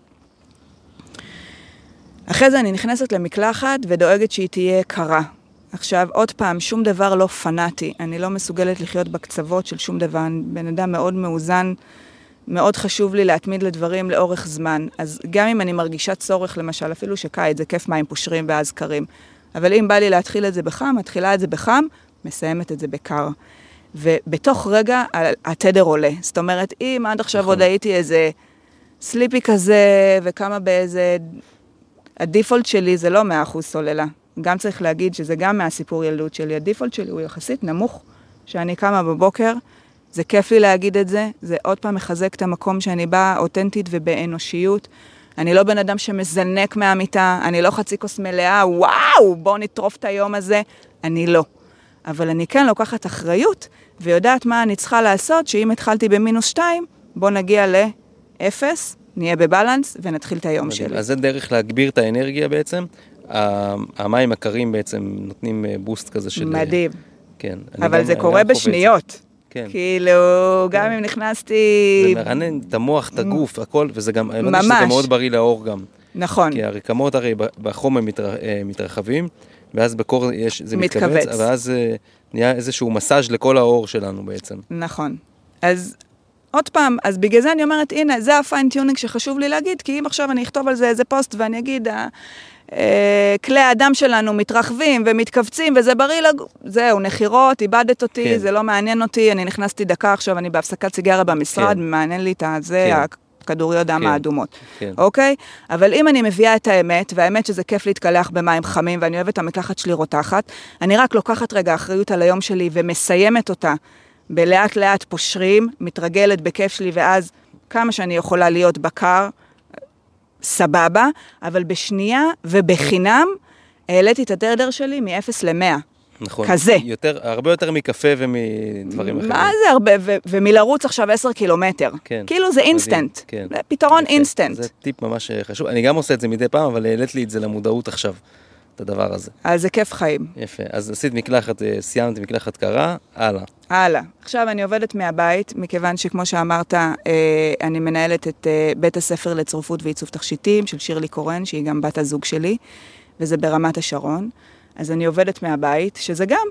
[SPEAKER 1] אחרי
[SPEAKER 2] זה אני נכנסת למקלחת ודואגת שהיא תהיה קרה. עכשיו, עוד פעם, שום דבר לא פנאטי. אני לא מסוגלת לחיות בקצוות של שום דבר. אני בן אדם מאוד מאוזן, מאוד חשוב לי להתמיד לדברים לאורך זמן. אז גם אם אני מרגישה צורך, למשל, אפילו שקיץ, זה כיף מים פושרים ואז קרים. אבל אם בא לי להתחיל את זה בחם, מתחילה את זה בחם, מסיימת את זה בקר. ובתוך רגע, התדר עולה. זאת אומרת, אם עד עכשיו עוד הייתי איזה סליפי כזה, וכמה באיזה... הדיפולט שלי זה לא מאה אחוז סוללה. גם צריך להגיד שזה גם מהסיפור ילדות שלי. הדיפולט שלי הוא יחסית נמוך, שאני קמה בבוקר, זה כיף לי להגיד את זה, זה עוד פעם מחזק את המקום שאני באה אותנטית ובאנושיות. אני לא בן אדם שמזנק מהמיטה, אני לא חצי כוס מלאה, וואו, בוא נטרוף את היום הזה. אני לא. אבל אני כן לוקחת אחריות, ויודעת מה אני צריכה לעשות, שאם התחלתי במינוס שתיים, בוא נגיע לאפס, נהיה בבלנס, ונתחיל את היום שלי.
[SPEAKER 1] אז זה דרך להגביר את האנרגיה בעצם. המים הקרים בעצם נותנים בוסט כזה של...
[SPEAKER 2] מדהים.
[SPEAKER 1] כן.
[SPEAKER 2] אבל זה קורה בשניות. כן. כאילו, גם אם נכנסתי...
[SPEAKER 1] זה מרענן את המוח, את הגוף, הכל, וזה גם, אני לא יודע שזה גם מאוד בריא לאור גם.
[SPEAKER 2] נכון.
[SPEAKER 1] כי הרקמות הרי בחום הם מתרחבים, ואז בקור יש, זה מתכווץ, ואז נהיה איזשהו מסאז' לכל האור שלנו בעצם.
[SPEAKER 2] נכון. אז עוד פעם, אז בגלל זה אני אומרת, הנה, זה הפיינטיונינג שחשוב לי להגיד, כי אם עכשיו אני אכתוב על זה איזה פוסט ואני אגיד, כלי האדם שלנו מתרחבים ומתכווצים, וזה בריא, זהו, נחירות, איבדת אותי, זה לא מעניין אותי, אני נכנסתי דקה עכשיו, אני בהפסקת סיגריה במשרד, מעניין לי את זה, הכדוריות דם האדומות, אוקיי? אבל אם אני מביאה את האמת, והאמת שזה כיף להתקלח במים חמים, ואני אוהבת את המקלחת שלי רותחת, אני רק לוקחת רגע אחריות על היום שלי, ומסיימת אותה, בלאט לאט פושרים, מתרגלת בכיף שלי, ואז כמה שאני יכולה להיות בקר, סבבה, אבל בשנייה ובחינם העליתי את הדרדר שלי מ-אפס ל-מאה.
[SPEAKER 1] נכון.
[SPEAKER 2] כזה.
[SPEAKER 1] יותר, הרבה יותר מקפה ומדברים אחרים.
[SPEAKER 2] מה זה הרבה? ו- ומלרוץ עכשיו עשרה קילומטר. כן. כאילו זה אינסטנט. כן. פתרון יפה. אינסטנט.
[SPEAKER 1] זה טיפ ממש חשוב. אני גם עושה את זה מדי פעם, אבל העלית לי את זה למודעות עכשיו, את הדבר הזה.
[SPEAKER 2] אז זה כיף חיים.
[SPEAKER 1] יפה. אז עשית מקלחת, סיימת מקלחת קרה, הלאה.
[SPEAKER 2] הלאה. עכשיו אני עובדת מהבית, מכיוון שכמו שאמרת, אני מנהלת את בית הספר לצרופות ועיצוב תכשיטים של שירלי קורן, שהיא גם בת הזוג שלי, וזה ברמת השרון. אז אני עובדת מהבית, שזה גם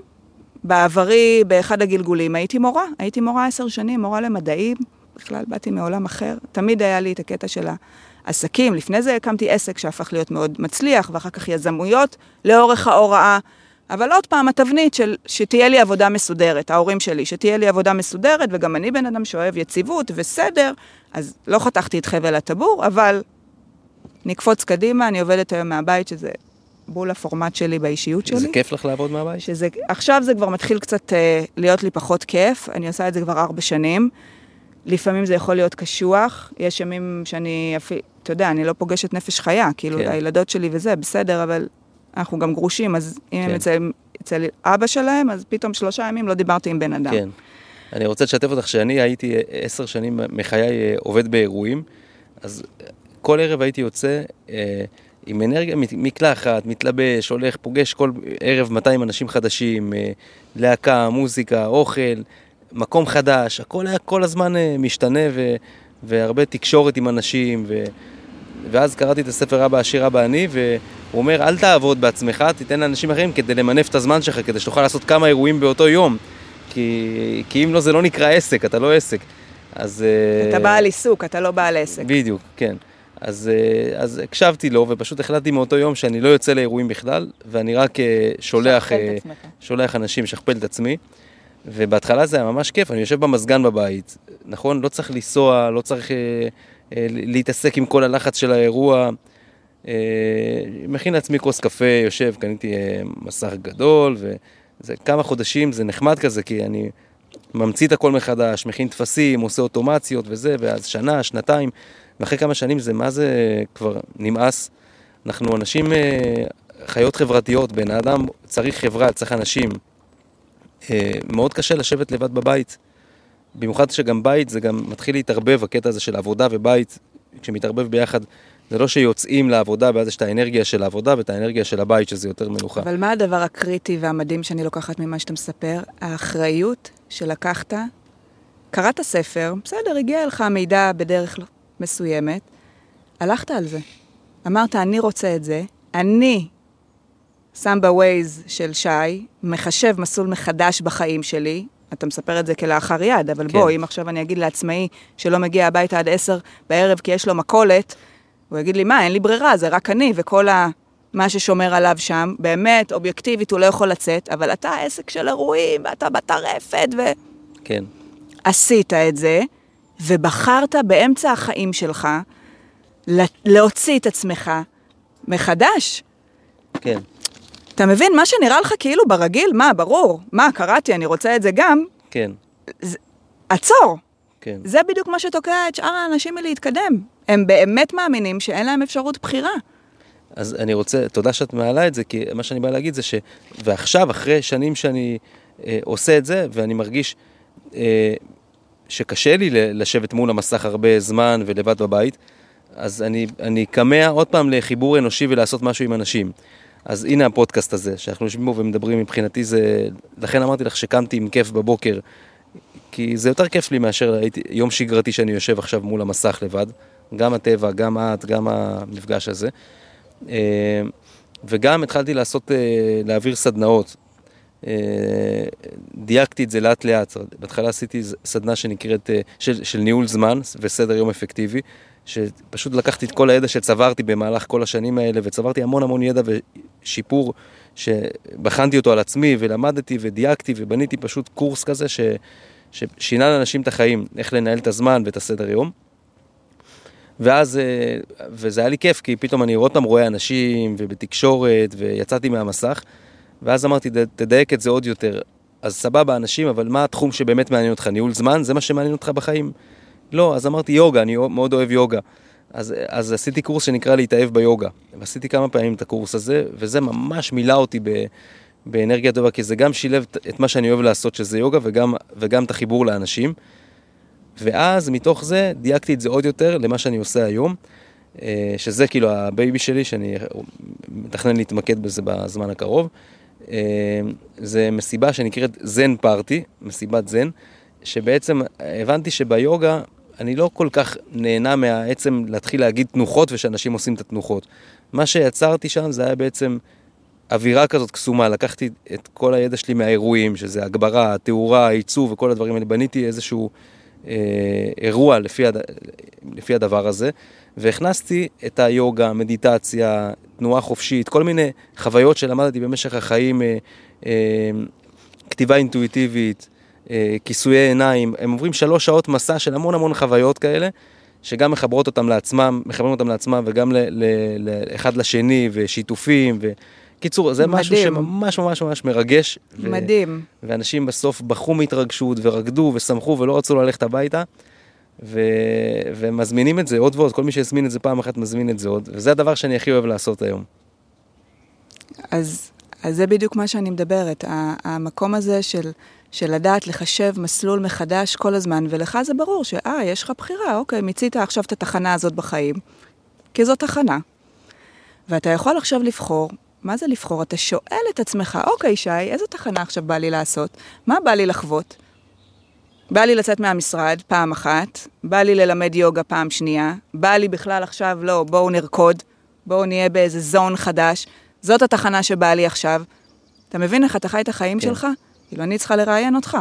[SPEAKER 2] בעברי, באחד הגלגולים, הייתי מורה. הייתי מורה עשר שנים, מורה למדעים, בכלל באתי מעולם אחר. תמיד היה לי את הקטע של העסקים. לפני זה הקמתי עסק שהפך להיות מאוד מצליח, ואחר כך יזמויות לאורך ההוראה. אבל עוד פעם, התבנית של שתהיה לי עבודה מסודרת, ההורים שלי, שתהיה לי עבודה מסודרת, וגם אני בן אדם שאוהב יציבות וסדר, אז לא חתכתי את חבל הטבור, אבל נקפוץ קדימה, אני עובדת היום מהבית, שזה בול הפורמט שלי באישיות שלי.
[SPEAKER 1] זה כיף לך לעבוד מהבית?
[SPEAKER 2] שזה, עכשיו זה כבר מתחיל קצת אה, להיות לי פחות כיף, אני עושה את זה כבר ארבע שנים, לפעמים זה יכול להיות קשוח, יש ימים שאני, אתה יודע, אני לא פוגשת נפש חיה, כאילו כן. הילדות שלי וזה, בסדר, אבל אנחנו גם גרושים, אז אם כן. הם אצל, אצל אבא שלהם, אז פתאום שלושה ימים לא דיברתי עם בן אדם. כן.
[SPEAKER 1] אני רוצה לשתף אותך שאני הייתי עשר שנים מחיי עובד באירועים, אז כל ערב הייתי יוצא אה, עם אנרגיה, מקלחת, מתלבש, הולך, פוגש כל ערב מאתיים אנשים חדשים, אה, להקה, מוזיקה, אוכל, מקום חדש, הכל היה כל הזמן אה, משתנה ו, והרבה תקשורת עם אנשים ו... ואז קראתי את הספר אבא עשיר אבא אני, והוא אומר, אל תעבוד בעצמך, תיתן לאנשים אחרים כדי למנף את הזמן שלך, כדי שתוכל לעשות כמה אירועים באותו יום, כי, כי אם לא, זה לא נקרא עסק, אתה לא עסק. אז...
[SPEAKER 2] אתה בעל עיסוק, אתה לא בעל עסק.
[SPEAKER 1] בדיוק, כן. אז, אז הקשבתי לו, ופשוט החלטתי מאותו יום שאני לא יוצא לאירועים בכלל, ואני רק שולח, שולח אנשים, שכפל את עצמי, ובהתחלה זה היה ממש כיף, אני יושב במזגן בבית, נכון? לא צריך לנסוע, לא צריך... להתעסק עם כל הלחץ של האירוע, מכין לעצמי כוס קפה, יושב, קניתי מסך גדול, וזה כמה חודשים, זה נחמד כזה, כי אני ממציא את הכל מחדש, מכין תפסים, עושה אוטומציות וזה, ואז שנה, שנתיים, ואחרי כמה שנים זה, מה זה כבר נמאס? אנחנו אנשים, חיות חברתיות, בן האדם צריך חברה, צריך אנשים. מאוד קשה לשבת לבד בבית, במיוחד שגם בית זה גם מתחיל להתערבב, הקטע הזה של עבודה ובית, כשמתערבב ביחד, זה לא שיוצאים לעבודה, ואז יש את האנרגיה של העבודה ואת האנרגיה של הבית, שזה יותר מנוחה.
[SPEAKER 2] אבל מה הדבר הקריטי והמדהים שאני לוקחת ממה שאתה מספר? האחריות שלקחת, קראת ספר, בסדר, הגיע לך המידע בדרך מסוימת, הלכת על זה. אמרת, אני רוצה את זה, אני שם בווייז של שי, מחשב מסלול מחדש בחיים שלי, אתה מספר את זה כלאחר יד, אבל כן. בוא, אם עכשיו אני אגיד לעצמאי שלא מגיע הביתה עד עשר בערב כי יש לו מקולת, הוא יגיד לי, מה, אין לי ברירה, זה רק אני, וכל ה... מה ששומר עליו שם, באמת, אובייקטיבית, הוא לא יכול לצאת, אבל אתה עסק של אירועים, ואתה בטרפת, ו...
[SPEAKER 1] כן.
[SPEAKER 2] עשית את זה, ובחרת באמצע החיים שלך, להוציא את עצמך מחדש.
[SPEAKER 1] כן.
[SPEAKER 2] אתה מבין, מה שנראה לך כאילו ברגיל, מה, ברור, מה, קראתי, אני רוצה את זה גם.
[SPEAKER 1] כן.
[SPEAKER 2] זה, עצור.
[SPEAKER 1] כן.
[SPEAKER 2] זה בדיוק מה שתוקע את שאר האנשים מלהתקדם. הם באמת מאמינים שאין להם אפשרות בחירה.
[SPEAKER 1] אז אני רוצה, תודה שאת מעלה את זה, כי מה שאני בא להגיד זה ש... ועכשיו, אחרי שנים שאני אה, עושה את זה, ואני מרגיש אה, שקשה לי לשבת מול המסך הרבה זמן ולבד בבית, אז אני, אני קמע עוד פעם לחיבור אנושי ולעשות משהו עם אנשים. אז הנה הפודקאסט הזה, שאנחנו יושבים בו ומדברים מבחינתי זה, לכן אמרתי לך שקמתי עם כיף בבוקר, כי זה יותר כיף לי מאשר הייתי, יום שגרתי שאני יושב עכשיו מול המסך לבד, גם הטבע, גם את, גם המפגש הזה. וגם התחלתי לעשות, להעביר סדנאות. דייקתי את זה לאט לאט. בהתחלה עשיתי סדנה שנקראת, של, של ניהול זמן וסדר יום אפקטיבי, שפשוט לקחתי את כל הידע שצברתי במהלך כל השנים האלה, וצברתי המון המון ידע ושיפור, שבחנתי אותו על עצמי, ולמדתי ודייקתי, ובניתי פשוט קורס כזה, ש, ששינה לאנשים את החיים, איך לנהל את הזמן ואת הסדר יום. ואז, וזה היה לי כיף, כי פתאום אני עוד פעם רואה אנשים, ובתקשורת, ויצאתי מהמסך, ואז אמרתי, תדייק את זה עוד יותר. אז סבבה אנשים, אבל מה התחום שבאמת מעניין אותך? ניהול זמן? זה מה שמעניין אותך בחיים? לא, אז אמרתי יוגה, אני מאוד אוהב יוגה. אז, אז עשיתי קורס שנקרא להתאהב ביוגה. ועשיתי כמה פעמים את הקורס הזה, וזה ממש מילא אותי ב, באנרגיה טובה, כי זה גם שילב את מה שאני אוהב לעשות, שזה יוגה, וגם, וגם את החיבור לאנשים. ואז מתוך זה דייקתי את זה עוד יותר למה שאני עושה היום, שזה כאילו הבייבי שלי, שאני מתכנן להתמקד בזה בזמן הקרוב. זה מסיבה שנקראת זן פארטי, מסיבת זן, שבעצם הבנתי שביוגה אני לא כל כך נהנה מהעצם להתחיל להגיד תנוחות ושאנשים עושים את התנוחות. מה שיצרתי שם זה היה בעצם אווירה כזאת קסומה, לקחתי את כל הידע שלי מהאירועים, שזה הגברה, תאורה, עיצוב וכל הדברים האלה, בניתי איזשהו אה, אירוע לפי, הד... לפי הדבר הזה, והכנסתי את היוגה, מדיטציה, תנועה חופשית, כל מיני חוויות שלמדתי במשך החיים, אה, אה, כתיבה אינטואיטיבית, כיסויי עיניים, הם עוברים שלוש שעות מסע של המון המון חוויות כאלה, שגם מחברות אותם לעצמם, מחברים אותם לעצמם, וגם לאחד לשני, ושיתופים, וקיצור, זה משהו שממש ממש ממש מרגש.
[SPEAKER 2] מדהים.
[SPEAKER 1] ואנשים בסוף בחרו מהתרגשות, ורקדו, ושמחו, ולא רצו ללכת הביתה, ומזמינים את זה עוד ועוד, כל מי שהזמין את זה פעם אחת מזמין את זה עוד, וזה הדבר שאני הכי אוהב לעשות היום.
[SPEAKER 2] אז, אז זה בדיוק מה שאני מדברת, המקום הזה של... של לדעת לחשב מסלול מחדש כל הזמן, ולך זה ברור שאה, יש לך בחירה, אוקיי, מיצית עכשיו את התחנה הזאת בחיים, כי זו תחנה. ואתה יכול עכשיו לבחור, מה זה לבחור? אתה שואל את עצמך, אוקיי שי, איזו תחנה עכשיו בא לי לעשות? מה בא לי לחוות? בא לי לצאת מהמשרד פעם אחת, בא לי ללמד יוגה פעם שנייה, בא לי בכלל עכשיו, לא, בואו נרקוד, בואו נהיה באיזה זון חדש, זאת התחנה שבא לי עכשיו. אתה מבין איך אתה חי את החיים שלך? כאילו, אני צריכה לראיין אותך.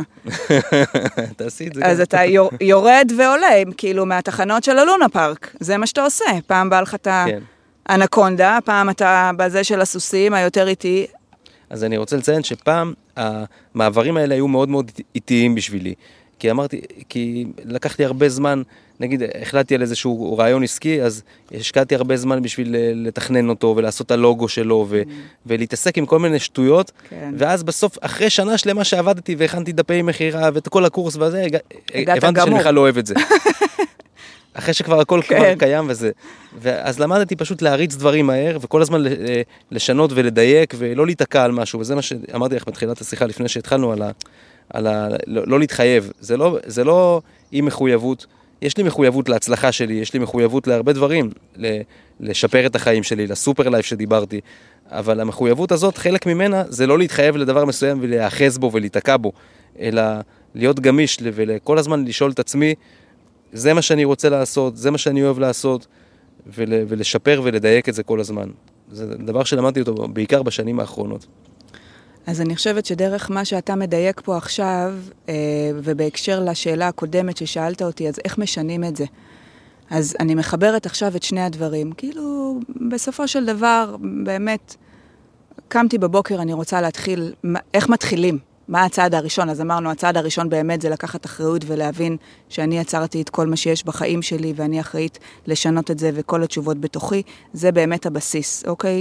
[SPEAKER 1] תעשי את זה.
[SPEAKER 2] אז אתה יורד ועולה, כאילו, מהתחנות של הלונה פארק. זה מה שאתה עושה. פעם בא לך את האנקונדה, פעם אתה בזה של הסוסים, היותר איטי.
[SPEAKER 1] אז אני רוצה לציין שפעם המעברים האלה היו מאוד מאוד איטיים בשבילי. כי אמרתי, כי לקחתי הרבה זמן, נגיד, החלטתי על איזשהו רעיון עסקי, אז השקעתי הרבה זמן בשביל לתכנן אותו, ולעשות את הלוגו שלו, ו- ולהתעסק עם כל מיני שטויות, כן. ואז בסוף, אחרי שנה שלמה שעבדתי, והכנתי דפי מחירה, ואת כל הקורס וזה, הבנתי שאני בכלל לא אוהב את זה. אחרי שכבר הכל כן. כבר קיים וזה. ואז למדתי פשוט להריץ דברים מהר, וכל הזמן לשנות ולדייק, ולא להתעקע על משהו, וזה מה שאמרתי לך בתחילת השיחה, לפני שהתחלנו על ה... על ה... לא, לא להתחייב. זה לא, זה לא אי מחויבות. יש לי מחויבות להצלחה שלי, יש לי מחויבות להרבה דברים, לשפר את החיים שלי, לסופר לייף שדיברתי, אבל המחויבות הזאת, חלק ממנה, זה לא להתחייב לדבר מסוים ולהאחז בו ולהתעקע בו, אלא להיות גמיש ולכל הזמן לשאול את עצמי, זה מה שאני רוצה לעשות, זה מה שאני אוהב לעשות, ול, ולשפר ולדייק את זה כל הזמן. זה דבר שלמדתי אותו בעיקר בשנים האחרונות.
[SPEAKER 2] אז אני חושבת שדרך מה שאתה מדייק פה עכשיו, ובהקשר לשאלה הקודמת ששאלת אותי, אז איך משנים את זה? אז אני מחברת עכשיו את שני הדברים. כאילו, בסופו של דבר, באמת, קמתי בבוקר, אני רוצה להתחיל, איך מתחילים? מה הצעד הראשון? אז אמרנו, הצעד הראשון באמת זה לקחת אחריות ולהבין שאני יצרתי את כל מה שיש בחיים שלי, ואני אחראית לשנות את זה, וכל התשובות בתוכי. זה באמת הבסיס, אוקיי?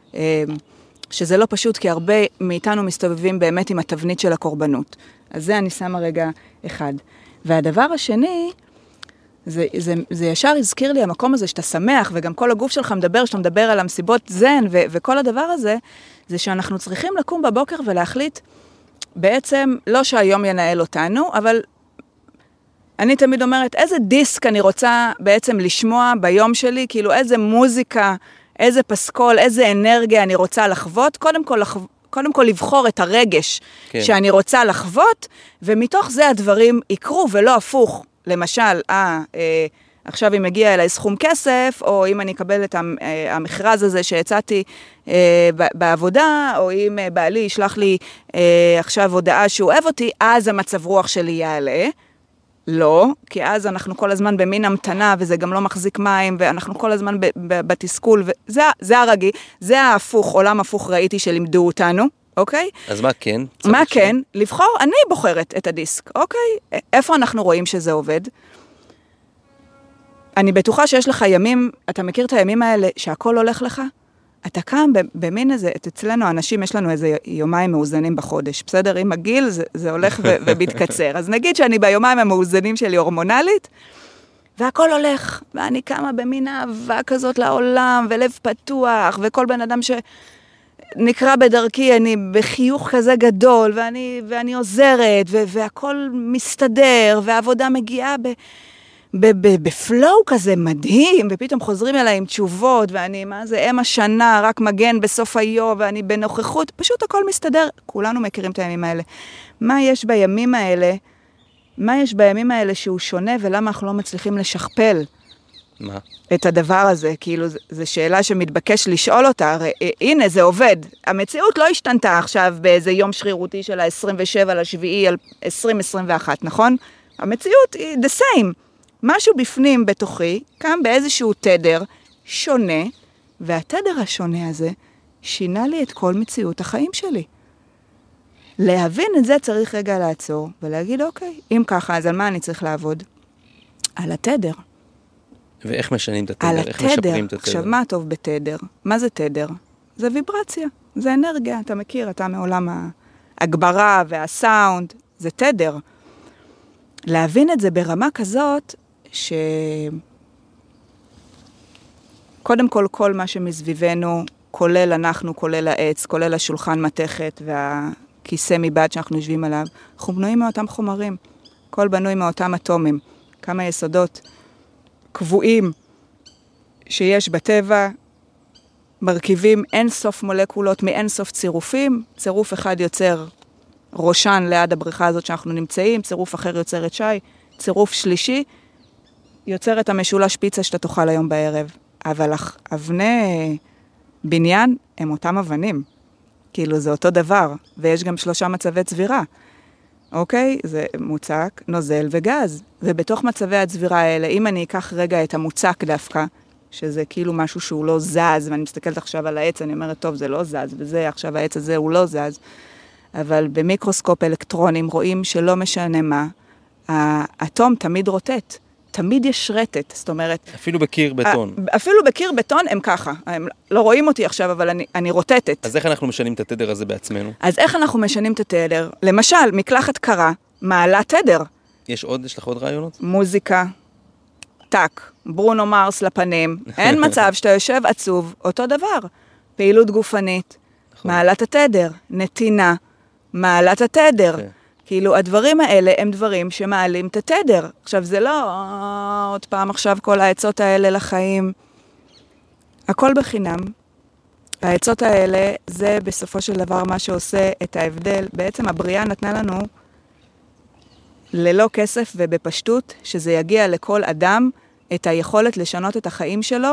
[SPEAKER 2] שזה לא פשוט, כי הרבה מאיתנו מסתובבים באמת עם התבנית של הקורבנות. אז זה אני שמה רגע אחד. והדבר השני, זה, זה, זה ישר הזכיר לי המקום הזה שאתה שמח, וגם כל הגוף שלך מדבר, שאתה מדבר על המסיבות זן, ו, וכל הדבר הזה, זה שאנחנו צריכים לקום בבוקר ולהחליט, בעצם לא שהיום ינהל אותנו, אבל אני תמיד אומרת, איזה דיסק אני רוצה בעצם לשמוע ביום שלי, כאילו איזה מוזיקה, איזה פסקול, איזה אנרגיה אני רוצה לחוות, קודם כל, לח... קודם כל לבחור את הרגש כן. שאני רוצה לחוות, ומתוך זה הדברים יקרו ולא הפוך. למשל, אה, אה, עכשיו אם מגיע אליי סכום כסף, או אם אני אקבל את המכרז הזה שהצעתי אה, בעבודה, או אם בעלי ישלח לי אה, עכשיו הודעה שהוא אוהב אותי, אז המצב רוח שלי יעלה. לא, כי אז אנחנו כל הזמן במין המתנה, וזה גם לא מחזיק מים, ואנחנו כל הזמן בתסכול, וזה זה הרגיל, זה ההפוך, עולם הפוך ראיתי שלימדו אותנו, אוקיי?
[SPEAKER 1] אז מה כן?
[SPEAKER 2] מה כן? לבחור, אני בוחרת את הדיסק, אוקיי? איפה אנחנו רואים שזה עובד? אני בטוחה שיש לך ימים, אתה מכיר את הימים האלה שהכל הולך לך? אתה קם במין איזה, אצלנו האנשים יש לנו איזה יומיים מאוזנים בחודש, בסדר? עם הגיל זה, זה הולך ו- ומתקצר. אז נגיד שאני ביומיים המאוזנים שלי הורמונלית, והכל הולך, ואני קמה במין אהבה כזאת לעולם, ולב פתוח, וכל בן אדם שנקרא בדרכי, אני בחיוך כזה גדול, ואני, ואני עוזרת, ו- והכל מסתדר, והעבודה מגיעה ב... בפלואו כזה מדהים, ופתאום חוזרים אליי עם תשובות, ואני, מה זה, אם השנה, רק מגן בסוף היום, ואני בנוכחות, פשוט הכל מסתדר, כולנו מכירים את הימים האלה. מה יש בימים האלה, מה יש בימים האלה שהוא שונה, ולמה אנחנו לא מצליחים לשכפל?
[SPEAKER 1] מה? את
[SPEAKER 2] הדבר הזה, כאילו, זו שאלה שמתבקש לשאול אותה, הרי, הנה, זה עובד. המציאות לא השתנתה עכשיו באיזה יום שרירותי של ה-עשרים ושבעה לשביעי עשרים עשרים ואחת, נכון? המציאות היא the same. משהו בפנים בתוכי, קם באיזשהו תדר שונה, והתדר השונה הזה שינה לי את כל מציאות החיים שלי. להבין את זה צריך רגע לעצור, ולהגיד, אוקיי, אם ככה, אז על מה אני צריך לעבוד? על התדר.
[SPEAKER 1] ואיך משנים את התדר?
[SPEAKER 2] על
[SPEAKER 1] איך משפרים את
[SPEAKER 2] התדר.
[SPEAKER 1] התדר?
[SPEAKER 2] עכשיו, מה טוב בתדר? מה זה תדר? זה ויברציה, זה אנרגיה, אתה מכיר, אתה מעולם ההגברה והסאונד, זה תדר. להבין את זה ברמה כזאת, ש... קודם כל, כל מה שמסביבנו, כולל אנחנו, כולל העץ, כולל השולחן מתכת והכיסא מבעד שאנחנו יושבים עליו, אנחנו בנויים מאותם חומרים. כל בנוי מאותם אטומים. כמה יסודות קבועים שיש בטבע, מרכיבים אין סוף מולקולות מאין סוף צירופים. צירוף אחד יוצר ראשן ליד הבריכה הזאת שאנחנו נמצאים, צירוף אחר יוצר את שי, צירוף שלישי יוצר את המשולש פיצה שאתה תאכל היום בערב. אבל אבני בניין הם אותם אבנים. כאילו זה אותו דבר, ויש גם שלושה מצבי צבירה. אוקיי? זה מוצק, נוזל וגז. ובתוך מצבי הצבירה האלה, אם אני אקח רגע את המוצק דווקא, שזה כאילו משהו שהוא לא זז, ואני מסתכלת עכשיו על העץ, אני אומרת, טוב, זה לא זז, וזה, עכשיו העץ הזה הוא לא זז. אבל במיקרוסקופ אלקטרונים רואים שלא משנה מה, האטום תמיד רוטט. תמיד יש רטט, זאת אומרת...
[SPEAKER 1] אפילו בקיר בטון.
[SPEAKER 2] אפילו בקיר בטון הם ככה. הם לא רואים אותי עכשיו, אבל אני, אני רוטטת.
[SPEAKER 1] אז איך אנחנו משנים את התדר הזה בעצמנו?
[SPEAKER 2] אז איך אנחנו משנים את התדר? למשל, מקלחת קרה, מעלה תדר.
[SPEAKER 1] יש עוד, יש לך עוד רעיונות?
[SPEAKER 2] מוזיקה, טק, ברונו מרס לפנים. אין מצב שאתה יושב עצוב, אותו דבר. פעילות גופנית, נכון. מעלת התדר, נתינה, מעלת התדר. Okay. כאילו, הדברים האלה הם דברים שמעלים את התדר. עכשיו, זה לא, עוד פעם עכשיו כל העצות האלה לחיים. הכל בחינם. העצות האלה, זה בסופו של דבר מה שעושה את ההבדל. בעצם הבריאה נתנה לנו ללא כסף ובפשטות, שזה יגיע לכל אדם את היכולת לשנות את החיים שלו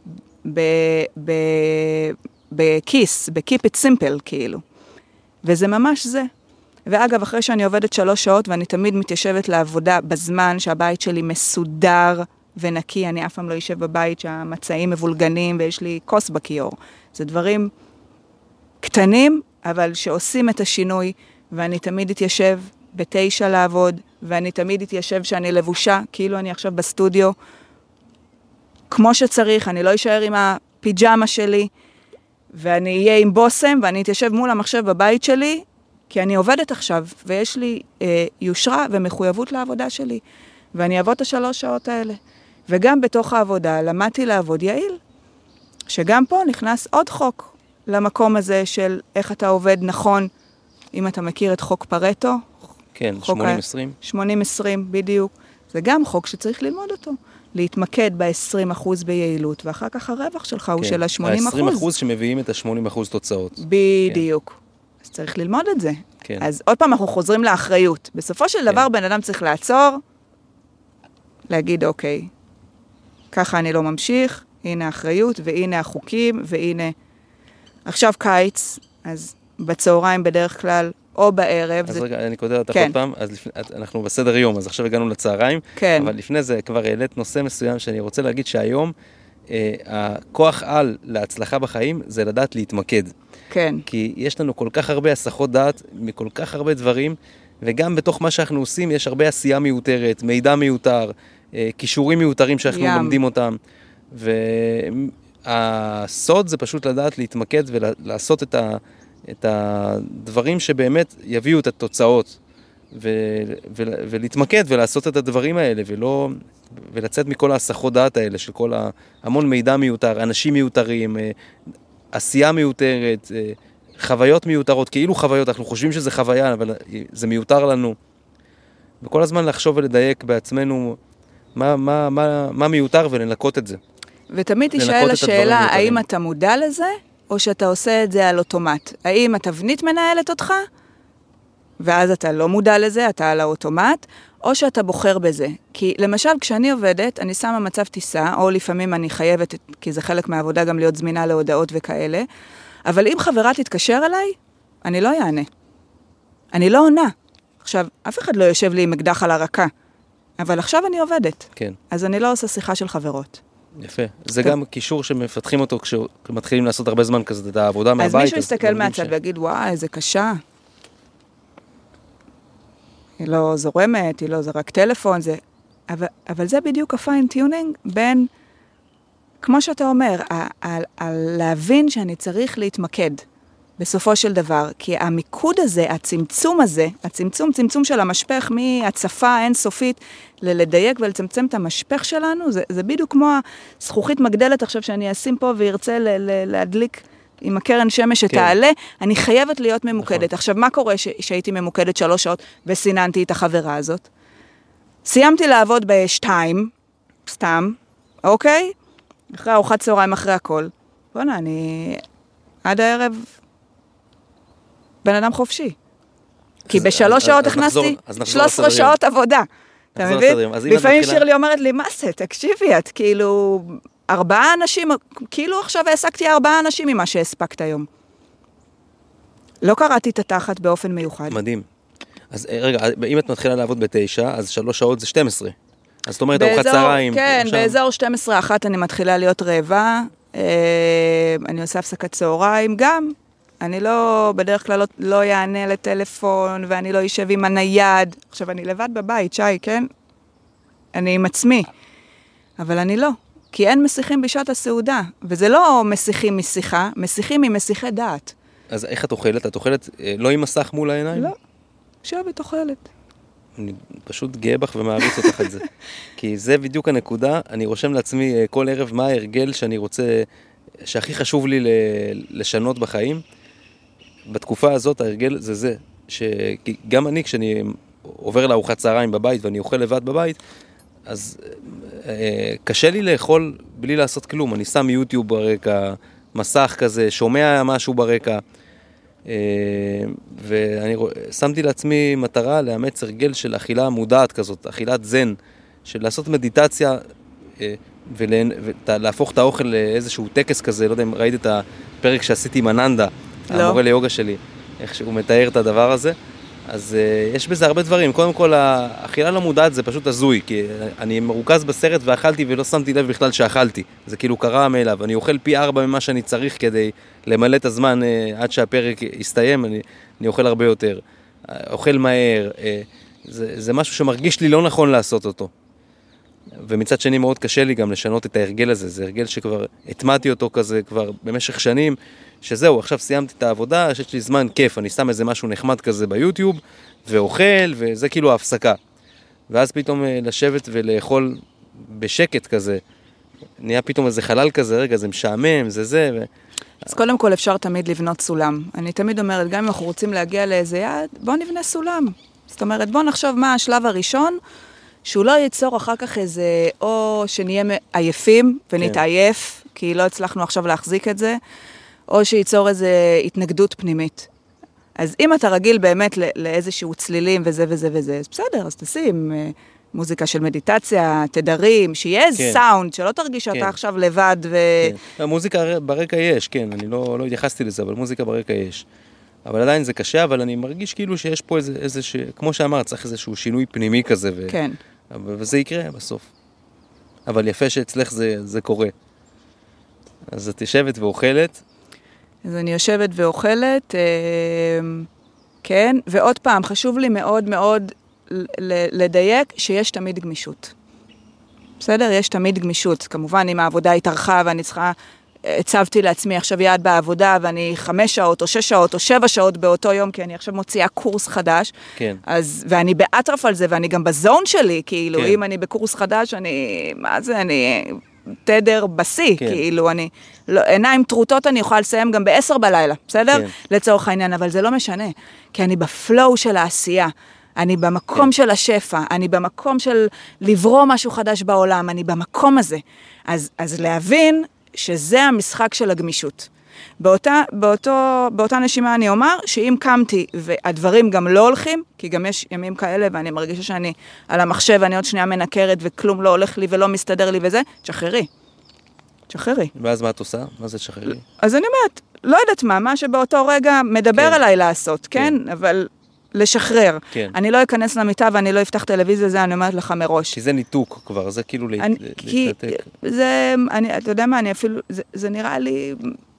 [SPEAKER 2] בכיס, ב-keep it simple, כאילו. וזה ממש זה. ואגב, אחרי שאני עובדת שלוש שעות, ואני תמיד מתיישבת לעבודה בזמן שהבית שלי מסודר ונקי, אני אף פעם לא יושב בבית שהמצעים מבולגנים ויש לי כוס בכיור. זה דברים קטנים, אבל שעושים את השינוי, ואני תמיד אתיישב בתשע לעבוד, ואני תמיד אתיישב שאני לבושה, כאילו אני עכשיו בסטודיו, כמו שצריך, אני לא אשאר עם הפיג'מה שלי, ואני אהיה עם בוסם, ואני אתיישב מול המחשב בבית שלי, כי אני עובדת עכשיו, ויש לי אה, יושרה ומחויבות לעבודה שלי, ואני אעבוד את השלוש שעות האלה. וגם בתוך העבודה למדתי לעבוד יעיל, שגם פה נכנס עוד חוק למקום הזה של איך אתה עובד נכון, אם אתה מכיר את חוק פרטו.
[SPEAKER 1] כן, שמונים עשרים.
[SPEAKER 2] שמונים עשרים, בדיוק. זה גם חוק שצריך ללמוד אותו. להתמקד ב-עשרים אחוז ביעילות, ואחר כך הרווח שלך הוא של ה-שמונים אחוז.
[SPEAKER 1] ה-עשרים אחוז שמביאים את ה-שמונים אחוז תוצאות.
[SPEAKER 2] בדיוק. אז צריך ללמוד את זה. אז עוד פעם אנחנו חוזרים לאחריות. בסופו של דבר בן אדם צריך לעצור, להגיד, אוקיי, ככה אני לא ממשיך, הנה האחריות, והנה החוקים, והנה... עכשיו קיץ, אז בצהריים בדרך כלל, או בערב.
[SPEAKER 1] אז רגע, אני קודם אותך עוד פעם, אז אנחנו בסדר יום, אז עכשיו הגענו לצהריים, אבל לפני זה כבר העלית נושא מסוים שאני רוצה להגיד שהיום, הכוח על להצלחה בחיים זה לדעת להתמקד.
[SPEAKER 2] כן.
[SPEAKER 1] כי יש לנו כל כך הרבה הסחות דעת מכל כך הרבה דברים, וגם בתוך מה שאנחנו עושים יש הרבה עשייה מיותרת, מידע מיותר, קישורים מיותרים שאנחנו ים. לומדים אותם. והסוד זה פשוט לדעת להתמקד ולעשות את, ה, את הדברים שבאמת יביאו את התוצאות. ו, ו, ולהתמקד ולעשות את הדברים האלה, ולא, ולצאת מכל ההסחות דעת האלה, של כל המון מידע מיותר, אנשים מיותרים, עשייה מיותרת, חוויות מיותרות, כאילו חוויות, אנחנו חושבים שזה חוויה, אבל זה מיותר לנו. וכל הזמן לחשוב ולדייק בעצמנו מה, מה, מה, מה מיותר ולנקות את זה.
[SPEAKER 2] ותמיד תשאל השאלה, האם אתה מודע לזה, או שאתה עושה את זה על אוטומט? האם התבנית מנהלת אותך, ואז אתה לא מודע לזה, אתה על האוטומט, או שאתה בוחר בזה. כי למשל, כשאני עובדת, אני שמה מצב טיסה, או לפעמים אני חייבת, כי זה חלק מהעבודה גם להיות זמינה להודעות וכאלה, אבל אם חברה תתקשר אליי, אני לא יענה. אני לא עונה. עכשיו, אף אחד לא יושב לי עם אקדח על הרקה, אבל עכשיו אני עובדת.
[SPEAKER 1] כן.
[SPEAKER 2] אז אני לא עושה שיחה של חברות.
[SPEAKER 1] יפה. זה טוב. גם קישור שמפתחים אותו כשמתחילים לעשות הרבה זמן כזה, את העבודה מהבית.
[SPEAKER 2] אז מישהו יסתכל מהצד ש... ויגיד, וואי, זה קשה. היא לא זורמת, היא לא, זה רק טלפון, זה... אבל, אבל זה בדיוק הפיין-טיונינג בין, כמו שאתה אומר, על, על, על להבין שאני צריך להתמקד בסופו של דבר, כי המיקוד הזה, הצמצום הזה, הצמצום, צמצום של המשפך מהצפה האינסופית, ללדייק ולצמצם את המשפך שלנו, זה, זה בדיוק כמו הזכוכית מגדלת עכשיו שאני אשים פה וירצה ל, ל, להדליק עם הקרן שמש שתעלה, אני חייבת להיות ממוקדת. עכשיו, מה קורה שהייתי ממוקדת שלוש שעות וסיננתי את החברה הזאת? סיימתי לעבוד בשתיים, סתם, אוקיי? אחרי ארוחת צהריים, אחרי הכל. בוא'נה, אני עד הערב בן אדם חופשי. כי בשלוש שעות הכנסתי שלוש עשרה שעות עבודה. אתה מבין? לפעמים שירלי אומרת לי, מה זה? תקשיבי, את כאילו... ארבעה אנשים, כאילו עכשיו העסקתי ארבעה אנשים ממה שהספקת היום. לא קראתי את התחת באופן מיוחד.
[SPEAKER 1] מדהים. אז רגע, אם את מתחילה לעבוד בתשע, אז שלוש שעות זה שתים עשרה. אז זאת אומרת, ארוחת צהריים.
[SPEAKER 2] כן, באזור שתים עשרה אחת אני מתחילה להיות רעבה, אני עושה הפסקת צהריים, גם. אני לא, בדרך כלל לא, לא יענה לטלפון, ואני לא יישב עם הנייד. עכשיו, אני לבד בבית, שי, כן? אני עם עצמי. אבל אני לא. כי אין מסיכים בשעת הסעודה, וזה לא מסיכים משיחה, מסיכים עם מסיכי דעת.
[SPEAKER 1] אז איך את אוכלת? את אוכלת לא עם מסך מול העיניים?
[SPEAKER 2] לא, שבת אוכלת.
[SPEAKER 1] אני פשוט גאה בך ומעריץ אותך את זה. כי זה בדיוק הנקודה, אני רושם לעצמי כל ערב מה ההרגל שאני רוצה, שהכי חשוב לי לשנות בחיים. בתקופה הזאת ההרגל זה זה, שגם אני כשאני עובר לארוחת צהריים בבית ואני אוכל לבד בבית, אז אה, קשה לי לאכול בלי לעשות כלום. אני שם יוטיוב ברקע, מסך כזה, שומע משהו ברקע, אה, ואני שמתי לעצמי מטרה לאמץ הרגל של אכילה מודעת כזאת, אכילת זן, של לעשות מדיטציה אה, ולהפוך את האוכל לאיזשהו טקס כזה. לא יודע אם ראית את הפרק שעשיתי עם אננדה, לא. המורה ליוגה שלי, איך שהוא מתאר את הדבר הזה. אז uh, יש בזה הרבה דברים. קודם כל, האכילה לא מודעת זה פשוט הזוי, כי אני מרוכז בסרט ואכלתי ולא שמתי לב בכלל שאכלתי. זה כאילו קרה מאליו. אני אוכל פי ארבע ממה שאני צריך כדי למלא את הזמן uh, עד שהפרק יסתיים, אני, אני אוכל הרבה יותר. Uh, אוכל מהר. Uh, זה, זה משהו שמרגיש לי לא נכון לעשות אותו. ומצד שני מאוד קשה לי גם לשנות את ההרגל הזה. זה הרגל שכבר התמדתי אותו כזה כבר במשך שנים, שזהו, עכשיו סיימתי את העבודה, שיש לי זמן כיף, אני שם איזה משהו נחמד כזה ביוטיוב, ואוכל, וזה כאילו ההפסקה. ואז פתאום לשבת ולאכול בשקט כזה, נהיה פתאום איזה חלל כזה, רגע, זה משעמם, זה זה. ו...
[SPEAKER 2] אז קודם כל אפשר תמיד לבנות סולם. אני תמיד אומרת, גם אם אנחנו רוצים להגיע לאיזה יעד, בוא נבנה סולם. זאת אומרת, בוא נחשוב מה השלב הראשון, שהוא לא ייצור אחר כך איזה, או שנהיה עייפים ונתעייף, כן. כי לא הצלחנו עכשיו להחזיק את זה, או שייצור איזה התנגדות פנימית. אז אם אתה רגיל באמת לאיזשהו צלילים וזה וזה וזה, אז בסדר, אז תשים מוזיקה של מדיטציה, תדרים, שיהיה איזה כן. סאונד, שלא תרגיש שאתה כן. עכשיו לבד ו...
[SPEAKER 1] כן. המוזיקה ברקע יש, כן, אני לא, לא התייחסתי לזה, אבל מוזיקה ברקע יש. אבל עדיין זה קשה, אבל אני מרגיש כאילו שיש פה איזה, איזה ש... כמו שאמרת, צריך איזשהו שינוי פנימי כזה, ו...
[SPEAKER 2] כן.
[SPEAKER 1] וזה יקרה בסוף. אבל יפה שאצלך זה, זה קורה. אז את יושבת ואוכלת.
[SPEAKER 2] אז אני יושבת ואוכלת, אה, כן, ועוד פעם, חשוב לי מאוד מאוד לדייק שיש תמיד גמישות. בסדר? יש תמיד גמישות. כמובן, אם העבודה התארכה ואני צריכה, הצבתי לעצמי עכשיו יעד בעבודה, ואני חמש שעות או שש שעות או שבע שעות באותו יום, כי אני עכשיו מוציאה קורס חדש.
[SPEAKER 1] כן.
[SPEAKER 2] אז, ואני באטרף על זה, ואני גם בזון שלי, כאילו, כן. אם אני בקורס חדש, אני, מה זה, אני תדר בסי, כן. כאילו, אני, לא, עיניים טרוטות אני יכולה לסיים גם בעשר בלילה, בסדר? כן. לצורך העניין, אבל זה לא משנה, כי אני בפלואו של העשייה. אני במקום כן. של השפע, אני במקום של לברוא משהו חדש בעולם, אני במקום הזה. אז, אז להבין שזה המשחק של הגמישות. באותה, באותו, באותה נשימה אני אומר שאם קמתי והדברים גם לא הולכים, כי גם יש ימים כאלה ואני מרגישה שאני על המחשב ואני עוד שנייה מנקרת וכלום לא הולך לי ולא מסתדר לי וזה, תשחררי. תשחררי.
[SPEAKER 1] ואז מה את עושה? מה זה תשחררי?
[SPEAKER 2] אז אני אומרת, לא יודעת מה, מה שבאותו רגע מדבר כן. עליי לעשות, כן? כן? אבל לשחרר. כן. אני לא אכנס למיטה ואני לא אפתח טלוויזיה, זה אני אומרת לך מראש.
[SPEAKER 1] כי זה ניתוק כבר, זה כאילו אני, להתנתק.
[SPEAKER 2] כי זה, אני, אתה יודע מה, אני אפילו, זה, זה נראה לי,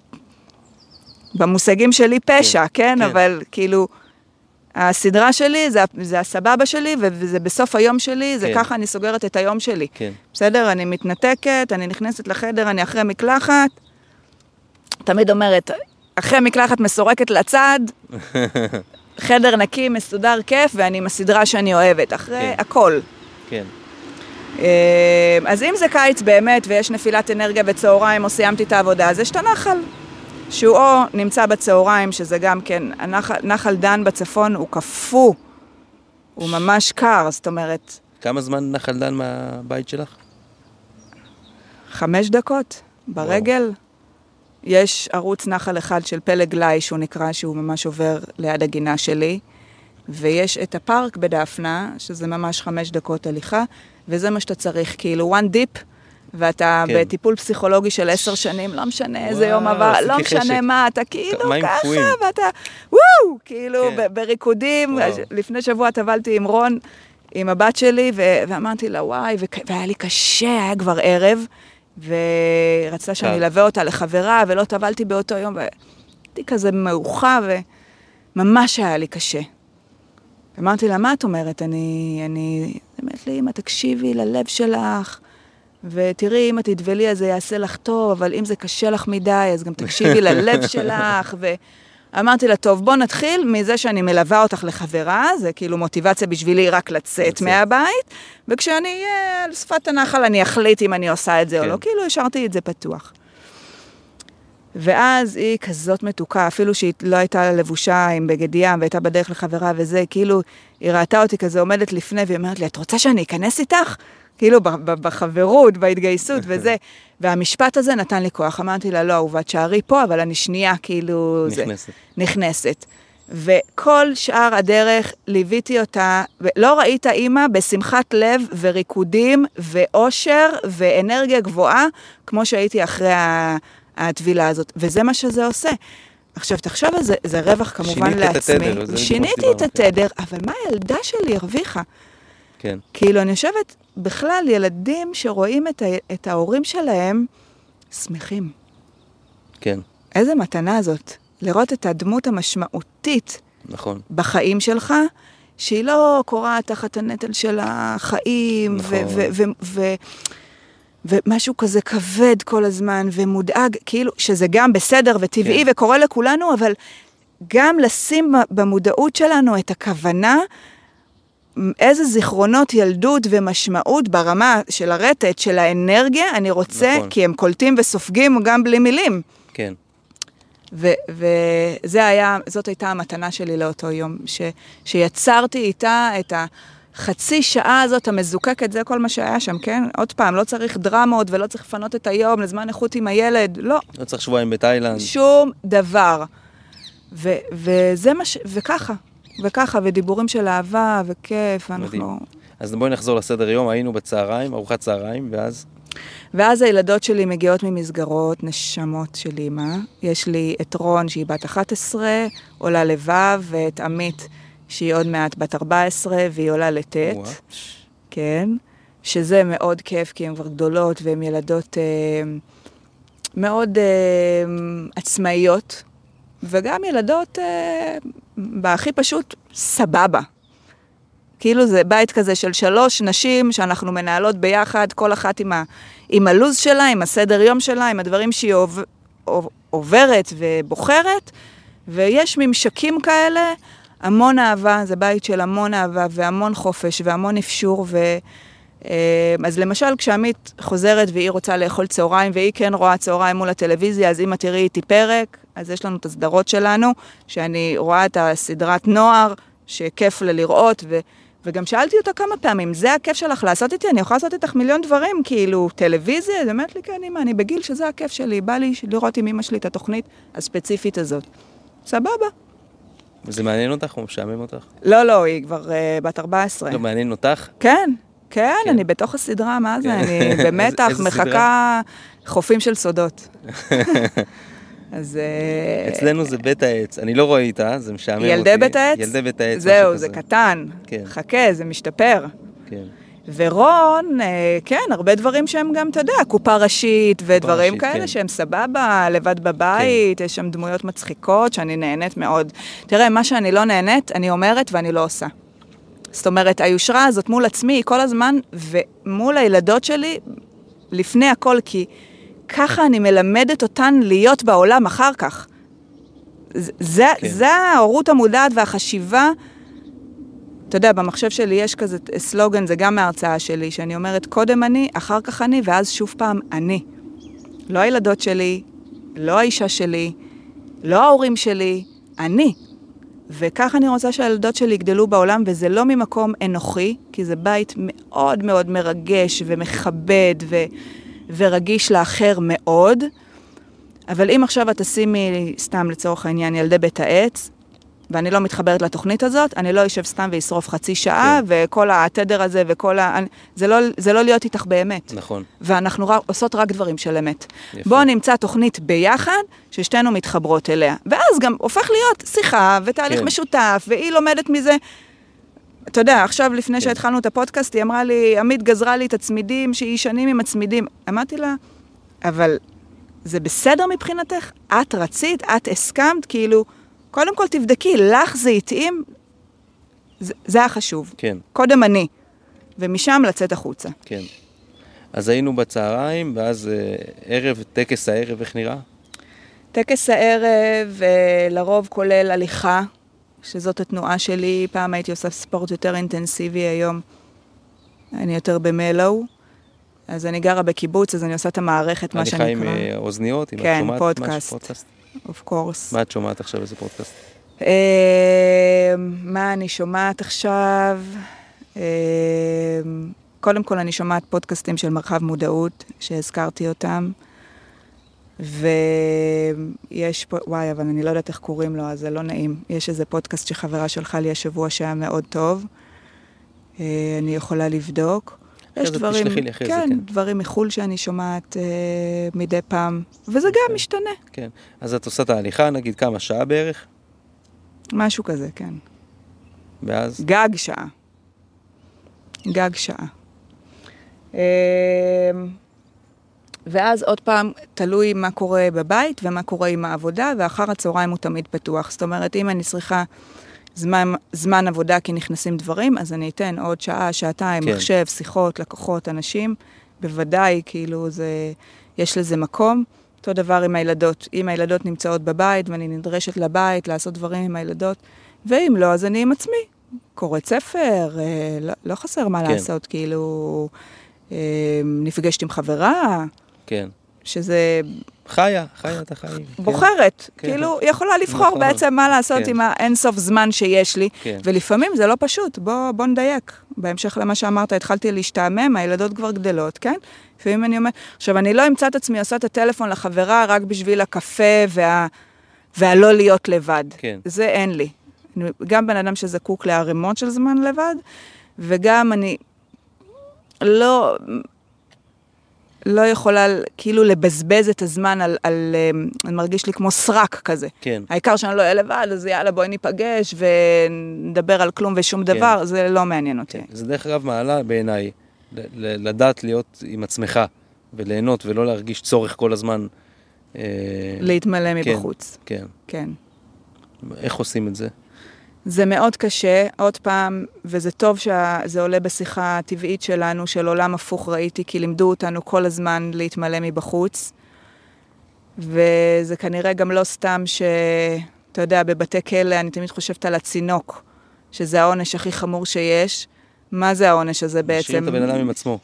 [SPEAKER 2] במושגים שלי פשע, כן? כן? כן. אבל כאילו, הסדרה שלי, זה, זה הסבבה שלי, וזה בסוף היום שלי, זה כן. ככה אני סוגרת את היום שלי. כן. בסדר? אני מתנתקת, אני נכנסת לחדר, אני אחרי מקלחת, תמיד אומרת, אחרי מקלחת מסורקת לצד, חדר נקי, מסודר, כיף, ואני עם הסדרה שאני אוהבת, אחרי כן. הכל.
[SPEAKER 1] כן.
[SPEAKER 2] אז אם זה קיץ באמת, ויש נפילת אנרגיה בצהריים, או סיימתי את העבודה, אז יש את הנחל. שהוא או נמצא בצהריים, שזה גם כן, הנחל, נחל דן בצפון הוא כפו, הוא ממש קר, זאת אומרת...
[SPEAKER 1] כמה זמן נחל דן מהבית שלך?
[SPEAKER 2] חמש דקות, ברגל. וואו. יש ערוץ נחל אחד של פלג לי, שהוא נקרא, שהוא ממש עובר ליד הגינה שלי, ויש את הפארק בדפנה, שזה ממש חמש דקות הליכה, וזה מה שאתה צריך, כאילו, one dip, ואתה כן. בטיפול פסיכולוגי של עשר שנים, לא משנה איזה יום עבר, לא משנה חשק. מה, אתה כאילו ככה, ואתה, וואו, כאילו, כן. בריקודים, וואו. לפני שבוע טבלתי עם רון, עם הבת שלי, ו- ואמרתי לה, וואי, ו- והיה לי קשה, היה כבר ערב, ורצתה שאני אלווה אותה לחברה, ולא טבלתי באותו יום, והייתי כזה מאוחה, וממש היה לי קשה. אמרתי לה, מה את אומרת? אני, אני, אמרת לי, אמא, תקשיבי ללב שלך, ותראי, אם את תדבלי, אז זה יעשה לך טוב, אבל אם זה קשה לך מדי, אז גם תקשיבי ללב שלך, ואמרתי לה, טוב, בוא נתחיל מזה שאני מלווה אותך לחברה, זה כאילו מוטיבציה בשבילי רק לצאת מהבית, וכשאני אהיה על שפת הנחל, אני אחליט אם אני עושה את זה או לא, כאילו השארתי את זה פתוח. ואז היא כזאת מתוקה, אפילו שהיא לא הייתה לבושה עם בגד ים, והייתה בדרך לחברה וזה, כאילו, היא ראתה אותי כזה עומדת לפני, והיא אומרת לי, את רוצה שאני אכנס איתך? כאילו, בחברות, בהתגייסות וזה. והמשפט הזה נתן לי כוח. אמרתי לה, לא, אהובה, תשארי פה, אבל אני שנייה, כאילו,
[SPEAKER 1] נכנסת.
[SPEAKER 2] זה, נכנסת. וכל שאר הדרך ליוויתי אותה, ולא ראית אימא בשמחת לב וריקודים ואושר ואנרגיה גבוהה, כמו שהייתי אחרי התבילה הזאת. וזה מה שזה עושה. עכשיו, תחשוב על זה, זה רווח כמובן לעצמי.
[SPEAKER 1] התדר,
[SPEAKER 2] שיניתי את התדר, אבל מה הילדה שלי הרוויחה?
[SPEAKER 1] כן.
[SPEAKER 2] כאילו, אני חושבת, בכלל, ילדים שרואים את, ה, את ההורים שלהם, שמחים.
[SPEAKER 1] כן.
[SPEAKER 2] איזה מתנה זאת. לראות את הדמות המשמעותית.
[SPEAKER 1] נכון.
[SPEAKER 2] בחיים שלך, שהיא לא קוראת תחת הנטל של החיים, נכון. ו... ו, ו, ו ומשהו כזה כבד כל הזמן, ומודאג, כאילו, שזה גם בסדר וטבעי כן. וקורה לכולנו, אבל גם לשים במודעות שלנו את הכוונה, איזה זיכרונות ילדות ומשמעות ברמה של הרטט, של האנרגיה, אני רוצה, נכון. כי הם קולטים וסופגים גם בלי מילים.
[SPEAKER 1] כן.
[SPEAKER 2] וזה היה, זאת הייתה המתנה שלי לאותו יום, ש, שיצרתי איתה את החצי שעה הזאת המזוקקת, זה כל מה שהיה שם, כן? עוד פעם, לא צריך דרמות ולא צריך לפנות את היום לזמן איכות עם הילד, לא.
[SPEAKER 1] לא צריך שבועיים בתאילנד.
[SPEAKER 2] שום דבר. ו- וזה מה ש... וככה, וככה, ודיבורים של אהבה וכיף, אנחנו...
[SPEAKER 1] אז בואי נחזור לסדר יום, היינו בצהריים, ארוחת צהריים, ואז...
[SPEAKER 2] ואז הילדות שלי מגיעות ממסגרות, נשמות של אמא. יש לי את רון, שהיא בת אחת עשרה, עולה לבב, ואת עמית, שהיא עוד מעט בת ארבע עשרה, והיא עולה לטט. כן. שזה מאוד כיף, כי הן כבר גדולות, והן ילדות אה, מאוד אה, עצמאיות, וגם ילדות אה, בהכי פשוט סבבה. כאילו זה בית כזה של שלוש נשים שאנחנו מנהלות ביחד, כל אחת עם, ה, עם הלוז שלה, עם הסדר יום שלה, עם הדברים שהיא עוב, עוברת ובוחרת, ויש ממשקים כאלה, המון אהבה, זה בית של המון אהבה והמון חופש והמון אפשור. ו... אז למשל כשעמית חוזרת והיא רוצה לאכול צהריים, והיא כן רואה צהריים מול הטלוויזיה, אז אמא תראי איתי פרק, אז יש לנו את הסדרות שלנו, שאני רואה את הסדרת נוער, שכיף לה לראות, ו... וגם שאלתי אותה כמה פעמים, זה הכיף שלך לעשות איתי? אני יכולה לעשות איתך מיליון דברים, כאילו טלוויזיה, זה אומרת לי, כן, אמא, אני בגיל שזה הכיף שלי, בא לי לראות עם אמא שלי את התוכנית הספציפית הזאת. סבבה.
[SPEAKER 1] וזה מעניין אותך או משעמם אותך?
[SPEAKER 2] לא, לא, היא כבר uh, בת ארבע עשרה.
[SPEAKER 1] לא, מעניין אותך?
[SPEAKER 2] כן, כן, כן. אני בתוך הסדרה, מה זה? אני במתח, מחכה חופים של סודות. אז...
[SPEAKER 1] אצלנו זה בית העץ, אני לא רואה איתה, זה משעמם אותי.
[SPEAKER 2] ילדי בית העץ?
[SPEAKER 1] ילדי בית העץ.
[SPEAKER 2] זהו, זה קטן. כן. חכה, זה משתפר.
[SPEAKER 1] כן.
[SPEAKER 2] ורון, כן, הרבה דברים שהם גם, אתה יודע, קופה ראשית ודברים ראשית, כאלה כן. שהם סבבה, לבד בבית, כן. יש שם דמויות מצחיקות שאני נהנית מאוד. תראה, מה שאני לא נהנית, אני אומרת ואני לא עושה. זאת אומרת, היושרה הזאת מול עצמי היא כל הזמן, ומול הילדות שלי, לפני הכל, כי ככה אני מלמדת אותן להיות בעולם אחר כך. זה, כן. זה ההורות המודעת והחשיבה. אתה יודע, במחשב שלי יש כזה סלוגן, זה גם מההרצאה שלי, שאני אומרת, קודם אני, אחר כך אני, ואז שוב פעם אני. לא הילדות שלי, לא האישה שלי, לא ההורים שלי, אני. וכך אני רוצה שהילדות שלי יגדלו בעולם, וזה לא ממקום אנוכי, כי זה בית מאוד מאוד מרגש ומכבד ו... ורגיש לאחר מאוד. אבל אם עכשיו את תשימי, סתם לצורך העניין, ילדי בית העץ, ואני לא מתחברת לתוכנית הזאת, אני לא יושב סתם וישרוף חצי שעה, כן. וכל התדר הזה וכל ה... זה לא, זה לא להיות איתך באמת.
[SPEAKER 1] נכון.
[SPEAKER 2] ואנחנו רק, עושות רק דברים של אמת. יפה. בואו נמצא תוכנית ביחד, ששתינו מתחברות אליה. ואז גם הופך להיות שיחה ותהליך כן. משותף, והיא לומדת מזה. אתה יודע, עכשיו לפני כן. שהתחלנו את הפודקאסט, היא אמרה לי, עמית גזרה לי את הצמידים, שהיא שנים עם הצמידים. אמרתי לה, אבל זה בסדר מבחינתך? את רצית, את הסכמת, כאילו... קודם כל תבדקי, לך זה יתאים, זה, זה החשוב.
[SPEAKER 1] כן.
[SPEAKER 2] קודם אני, ומשם לצאת החוצה.
[SPEAKER 1] כן. אז היינו בצהריים, ואז אה, ערב, טקס הערב, איך נראה?
[SPEAKER 2] טקס הערב אה, לרוב כולל הליכה, שזאת התנועה שלי, פעם הייתי עושה ספורט יותר אינטנסיבי, היום אני יותר במלו, אז אני גרה בקיבוץ, אז אני עושה את המערכת, מה שאני
[SPEAKER 1] קורא. הליכה עם אוזניות, אם
[SPEAKER 2] כן,
[SPEAKER 1] את שומעת
[SPEAKER 2] פודקאסט.
[SPEAKER 1] משהו, פודקאסט.
[SPEAKER 2] of course.
[SPEAKER 1] מה את שומעת עכשיו איזה פודקאסט?
[SPEAKER 2] מה אני שומעת עכשיו? קודם כל אני שומעת פודקאסטים של מרחב מודעות, שהזכרתי אותם, ויש פה, וואי, אבל אני לא יודעת איך קוראים לו, אז זה לא נעים. יש איזה פודקאסט שחברה שלחה לי השבוע שהיה מאוד טוב, אני יכולה לבדוק. יש דברים,
[SPEAKER 1] לי אחרי
[SPEAKER 2] כן,
[SPEAKER 1] זה, כן,
[SPEAKER 2] דברים מחול שאני שומעת אה, מדי פעם, וזה okay. גם משתנה.
[SPEAKER 1] כן, אז את עושה את ההליכה, נגיד כמה, שעה בערך?
[SPEAKER 2] משהו כזה, כן.
[SPEAKER 1] ואז?
[SPEAKER 2] גג שעה. גג שעה. אה, ואז עוד פעם, תלוי מה קורה בבית ומה קורה עם העבודה, ואחר הצהריים הוא תמיד פתוח. זאת אומרת, אם אני צריכה... זמן, זמן עבודה כי נכנסים דברים, אז אני אתן עוד שעה, שעתיים, כן. מחשב, שיחות, לקוחות, אנשים, בוודאי, כאילו, זה, יש לזה מקום. אותו דבר עם הילדות. אם הילדות נמצאות בבית, ואני נדרשת לבית, לעשות דברים עם הילדות, ואם לא, אז אני עם עצמי. קוראת ספר, אה, לא, לא חסר מה כן. לעשות, כאילו, אה, נפגשת עם חברה,
[SPEAKER 1] כן.
[SPEAKER 2] שזה...
[SPEAKER 1] חיה, חיה את החיים.
[SPEAKER 2] בוחרת, כן. כאילו, יכולה לבחור נכון. בעצם מה לעשות כן. עם האינסוף זמן שיש לי, כן. ולפעמים זה לא פשוט, בוא, בוא נדייק. בהמשך למה שאמרת, התחלתי להשתעמם, הילדות כבר גדלות, כן? לפעמים אני אומרת, עכשיו, אני לא אמצא את עצמי, עושה את הטלפון לחברה רק בשביל הקפה וה... והלא להיות לבד. כן. זה אין לי. גם בן אדם שזקוק להרימות של זמן לבד, וגם אני לא... לא יכולה כאילו לבזבז את הזמן על, על, אני מרגיש לי כמו סרק כזה. כן. העיקר שאני לא אהיה לבד, אז יאללה בואי ניפגש ונדבר על כלום ושום כן. דבר, זה לא מעניין אותי.
[SPEAKER 1] כן. זה דרך אגב מעלה בעיניי, לדעת להיות עם עצמך, וליהנות ולא להרגיש צורך כל הזמן.
[SPEAKER 2] להתמלא מבחוץ.
[SPEAKER 1] כן.
[SPEAKER 2] כן.
[SPEAKER 1] איך עושים את זה?
[SPEAKER 2] זה מאוד קשה, עוד פעם, וזה טוב שזה עולה בשיחה הטבעית שלנו, של עולם הפוך ראיתי, כי לימדו אותנו כל הזמן להתמלא מבחוץ, וזה כנראה גם לא סתם שאתה יודע, בבתי כלא אני תמיד חושבת על הצינוק, שזה העונש הכי חמור שיש. מה זה העונש הזה בעצם?
[SPEAKER 1] משאיר את הבן אדם עם עצמו.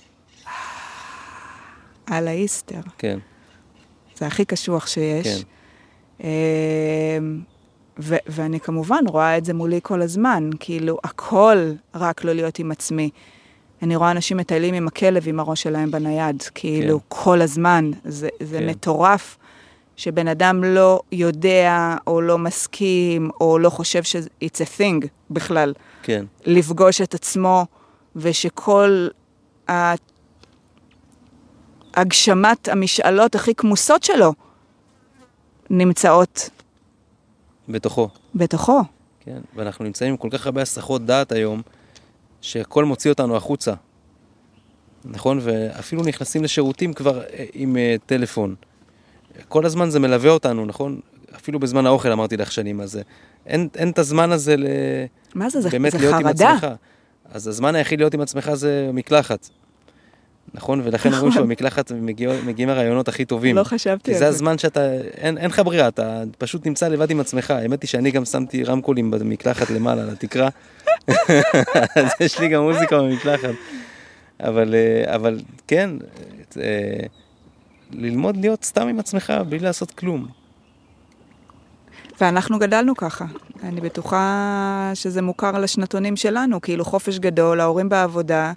[SPEAKER 2] על האיסטר.
[SPEAKER 1] כן.
[SPEAKER 2] זה הכי קשוח שיש. כן. ו- ואני כמובן רואה את זה מולי כל הזמן, כאילו הכל רק לא להיות עם עצמי. אני רואה אנשים מטיילים עם הכלב עם הראש שלהם בנייד, כאילו כן. כל הזמן. זה, זה כן. מטורף שבן אדם לא יודע או לא מסכים או לא חושב ש-it's a thing בכלל.
[SPEAKER 1] כן.
[SPEAKER 2] לפגוש את עצמו ושכל הגשמת המשאלות הכי כמוסות שלו נמצאות
[SPEAKER 1] בתוכו.
[SPEAKER 2] בתוכו.
[SPEAKER 1] כן, ואנחנו נמצאים עם כל כך הרבה הסחות דעת היום, שהכל מוציא אותנו החוצה. נכון? ואפילו נכנסים לשירותים כבר עם uh, טלפון. כל הזמן זה מלווה אותנו, נכון? אפילו בזמן האוכל אמרתי לך שנים, אז אין, אין את הזמן הזה ל...
[SPEAKER 2] מה זה?
[SPEAKER 1] באמת
[SPEAKER 2] זה
[SPEAKER 1] להיות
[SPEAKER 2] חרדה.
[SPEAKER 1] עם עצמך. אז הזמן היחיד להיות עם עצמך זה מקלחת. נכון? ולכן אומרים שבמקלחת מגיעים הרעיונות הכי טובים.
[SPEAKER 2] לא חשבתי על זה.
[SPEAKER 1] כי זה הזמן שאתה, אין, אין לך ברירה, אתה פשוט נמצא לבד עם עצמך. האמת היא שאני גם שמתי רמקולים במקלחת למעלה, לתקרה. אז יש לי גם מוזיקה במקלחת. אבל, אבל כן, ללמוד להיות סתם עם עצמך, בלי לעשות כלום.
[SPEAKER 2] ואנחנו גדלנו ככה. אני בטוחה שזה מוכר לשנתונים שלנו, כאילו חופש גדול, ההורים בעבודה,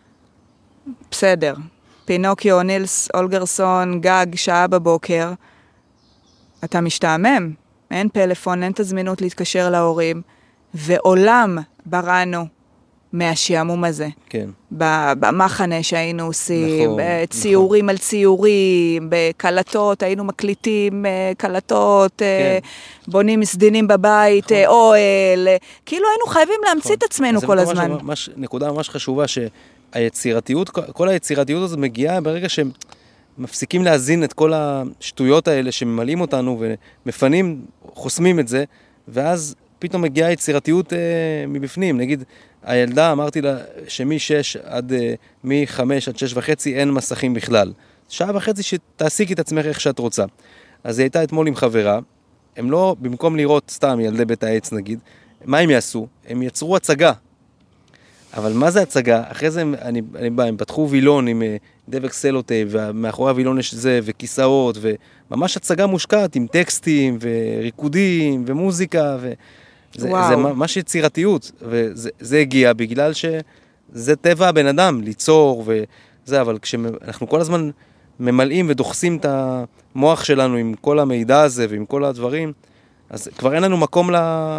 [SPEAKER 2] בסדר. פינוקיו, נילס, אולגרסון, גג, שעה בבוקר. אתה משתעמם. אין פלאפון, אין תזמינות להתקשר להורים. ועולם בראנו מהשעמום הזה.
[SPEAKER 1] כן.
[SPEAKER 2] במחנה שהיינו עושים,
[SPEAKER 1] נכון,
[SPEAKER 2] ציורים
[SPEAKER 1] נכון.
[SPEAKER 2] על ציורים, בקלטות, היינו מקליטים קלטות, כן. בונים סדינים בבית, נכון. אוהל. כאילו היינו חייבים להמציא נכון. את עצמנו כל הזמן.
[SPEAKER 1] זה ממש, נקודה ממש חשובה ש... היצירתיות, כל היצירתיות הזאת מגיעה ברגע שהם מפסיקים להזין את כל השטויות האלה שממלאים אותנו ומפנים, חוסמים את זה, ואז פתאום מגיעה יצירתיות אה, מבפנים. נגיד, הילדה, אמרתי לה שמי-שש עד, אה, מ-חמש עד שש וחצי אין מסכים בכלל. שעה וחצי שתעסיק את עצמך איך שאת רוצה. אז היא הייתה אתמול עם חברה, הם לא, במקום לראות סתם ילדי בית העץ נגיד, מה הם יעשו? הם יצרו הצגה. אבל מה זה הצגה? אחרי זה אני, אני בא, הם פתחו וילון עם דבק סלוטייפ, ומאחורי הוילון יש זה, וכיסאות, וממש הצגה מושקעת עם טקסטים, וריקודים, ומוזיקה, וזה זה ממש יצירתיות, וזה זה הגיע בגלל שזה טבע הבן אדם, ליצור, וזה, אבל כשאנחנו כל הזמן ממלאים ודוחסים את המוח שלנו עם כל המידע הזה, ועם כל הדברים, אז כבר אין לנו מקום ל...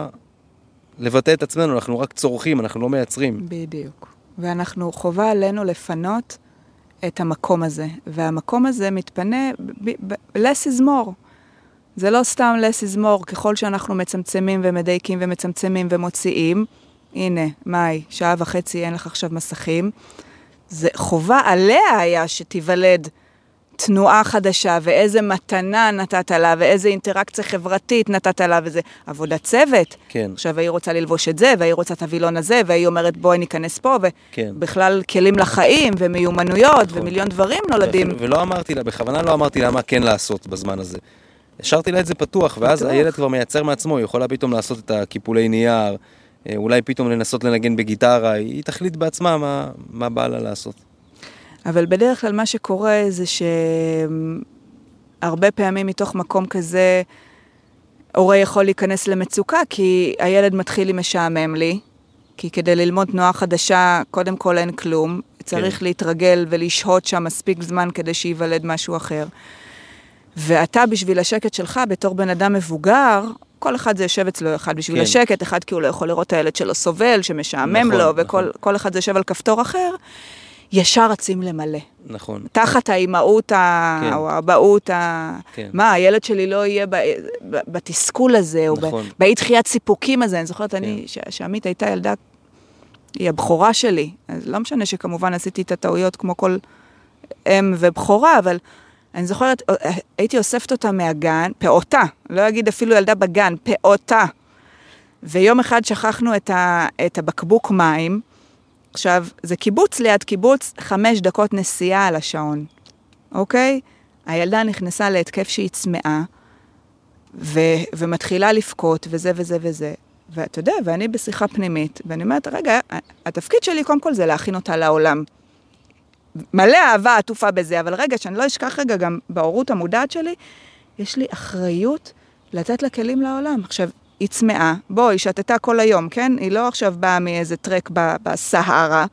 [SPEAKER 1] לבטא את עצמנו, אנחנו רק צורכים, אנחנו לא מייצרים.
[SPEAKER 2] בדיוק. ואנחנו חובה עלינו לפנות את המקום הזה, והמקום הזה מתפנה, ב- ב- less is more. זה לא סתם less is more, ככל שאנחנו מצמצמים ומדייקים ומצמצמים ומוציאים, הנה, מאי, שעה וחצי אין לך עכשיו מסכים, זה חובה עליה היה שתיוולד תנועה חדשה, ואיזה מתנה נתת לה, ואיזה אינטראקציה חברתית נתת לה, וזה עבודת צוות.
[SPEAKER 1] כן.
[SPEAKER 2] עכשיו, היא רוצה ללבוש את זה, והיא רוצה את הווילון הזה, והיא אומרת, בואי ניכנס פה, ובכלל כן. כלים לחיים, ומיומנויות, נכון. ומיליון דברים נולדים.
[SPEAKER 1] ולא אמרתי לה, בכוונה לא אמרתי לה מה כן לעשות בזמן הזה. השארתי לה את זה פתוח, ואז פתוח. הילד כבר מייצר מעצמו, היא יכולה פתאום לעשות את הקיפולי נייר, אולי פתאום לנסות לנגן בגיטרה, היא תחליט בעצמה מה, מה בא לה לעשות.
[SPEAKER 2] אבל בדרך כלל מה שקורה זה הרבה פעמים מתוך מקום כזה, הורה יכול להיכנס למצוקה, כי הילד מתחיל עם משעמם לי, כי כדי ללמוד תנועה חדשה, קודם כל אין כלום, צריך כן. להתרגל ולשהות שם מספיק זמן כדי שיוולד משהו אחר. ואתה בשביל השקט שלך, בתור בן אדם מבוגר, כל אחד זה יושב אצלו אחד בשביל כן. השקט, אחד כי הוא לא יכול לראות את הילד שלו סובל, שמשעמם נכון, לו, וכל נכון. כל אחד זה יושב על כפתור אחר, ישר רצים למלא.
[SPEAKER 1] נכון.
[SPEAKER 2] תחת האימהות כן. או האבהות, כן. מה, הילד שלי לא יהיה ב... בתסכול הזה, נכון. או באי דחיית סיפוקים הזה. אני זוכרת, כן. אני, ש... שעמית הייתה ילדה, היא הבחורה שלי. אז לא משנה שכמובן עשיתי את הטעויות כמו כל אם ובחורה, אבל אני זוכרת, הייתי אוספת אותה מהגן, פעוטה, לא אגיד אפילו ילדה בגן, פעוטה. ויום אחד שכחנו את, ה... את הבקבוק מים, עכשיו, זה קיבוץ ליד קיבוץ, חמש דקות נסיעה על השעון, אוקיי? הילדה נכנסה להתקף שהיא צמאה, ו- ומתחילה לפקוט, וזה וזה וזה. ואתה יודע, ואני בשיחה פנימית, ואני אומרת, רגע, התפקיד שלי קודם כל זה להכין אותה לעולם. מלא אהבה עטופה בזה, אבל רגע, שאני לא אשכח רגע גם בהורות המודעת שלי, יש לי אחריות לתת לה כלים לעולם. עכשיו, היא צמאה, בואי, שתתה כל היום, כן? היא לא עכשיו באה מאיזה טרק בסהרה.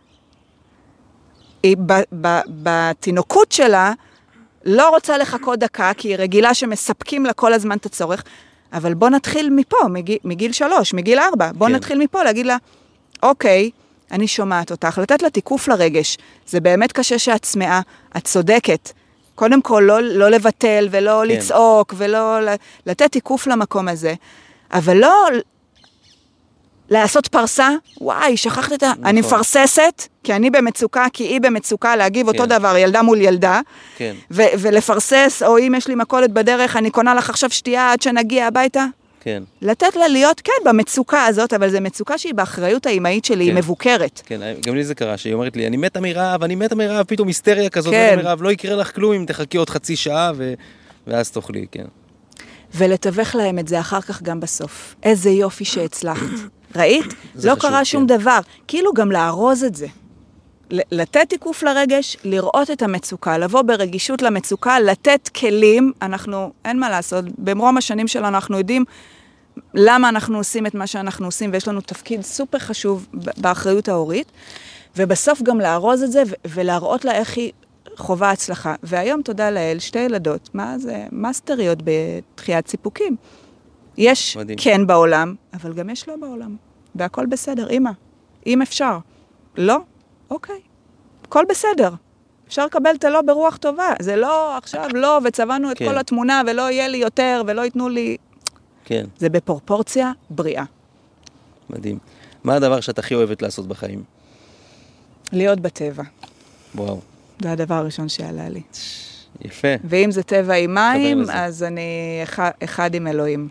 [SPEAKER 2] היא בתינוקות שלה לא רוצה לחכות דקה, כי היא רגילה שמספקים לה כל הזמן את הצורך, אבל בוא נתחיל מפה, מגיל, מגיל שלוש, מגיל ארבע, בוא כן. נתחיל מפה, להגיד לה, אוקיי, אני שומעת אותך, לתת לה תיקוף לרגש, זה באמת קשה שאת צמאה, את צודקת, קודם כל לא, לא לבטל ולא כן. לצעוק ולא לתת תיקוף למקום הזה, אבל לא לעשות פרסה, וואי, שכחת את ה... נכון. אני מפרססת, כי אני במצוקה, כי היא במצוקה, להגיב כן. אותו דבר, ילדה מול ילדה, כן. ו- ולפרסס, או אם יש לי מקולת בדרך, אני קונה לך עכשיו שתייה עד שנגיע הביתה. כן. לתת לה להיות, כן, במצוקה הזאת, אבל זו מצוקה שהיא באחריות האימהית שלי, כן. היא מבוקרת.
[SPEAKER 1] כן, גם לי זה קרה, שהיא אומרת לי, אני מתה מרעב, אני מתה מרעב, פתאום היסטריה כזאת, כן. מתה מרעב, לא יקרה לך כלום אם תחכי עוד חצי שעה, ו... ואז תאכלי, כן.
[SPEAKER 2] ולתווך להם את זה אחר כך גם בסוף. איזה יופי שהצלחת. ראית? לא חשוב, קרה שום כן. דבר. כאילו גם לארוז את זה. לתת תיקוף לרגש, לראות את המצוקה, לבוא ברגישות למצוקה, לתת כלים, אנחנו, אין מה לעשות, במרום השנים שלנו אנחנו יודעים למה אנחנו עושים את מה שאנחנו עושים, ויש לנו תפקיד סופר חשוב באחריות ההורית, ובסוף גם לארוז את זה, ולהראות לה איך היא חובה הצלחה. והיום, תודה לאל, שתי ילדות, מה זה? מאסטריות בתחיית סיפוקים. יש מדהים. כן בעולם, אבל גם יש לא בעולם. והכל בסדר, אמא, אם אפשר. לא? אוקיי. הכל בסדר. אפשר לקבל את הלא ברוח טובה. זה לא עכשיו לא, וצבענו את כן. כל התמונה, ולא יהיה לי יותר, ולא ייתנו לי... כן. זה בפרופורציה בריאה.
[SPEAKER 1] מדהים. מה הדבר שאת הכי אוהבת לעשות בחיים?
[SPEAKER 2] להיות בטבע.
[SPEAKER 1] וואו.
[SPEAKER 2] זה הדבר הראשון שעלה לי.
[SPEAKER 1] יפה.
[SPEAKER 2] ואם זה טבע עם מים, אז אני אחד, אחד עם אלוהים.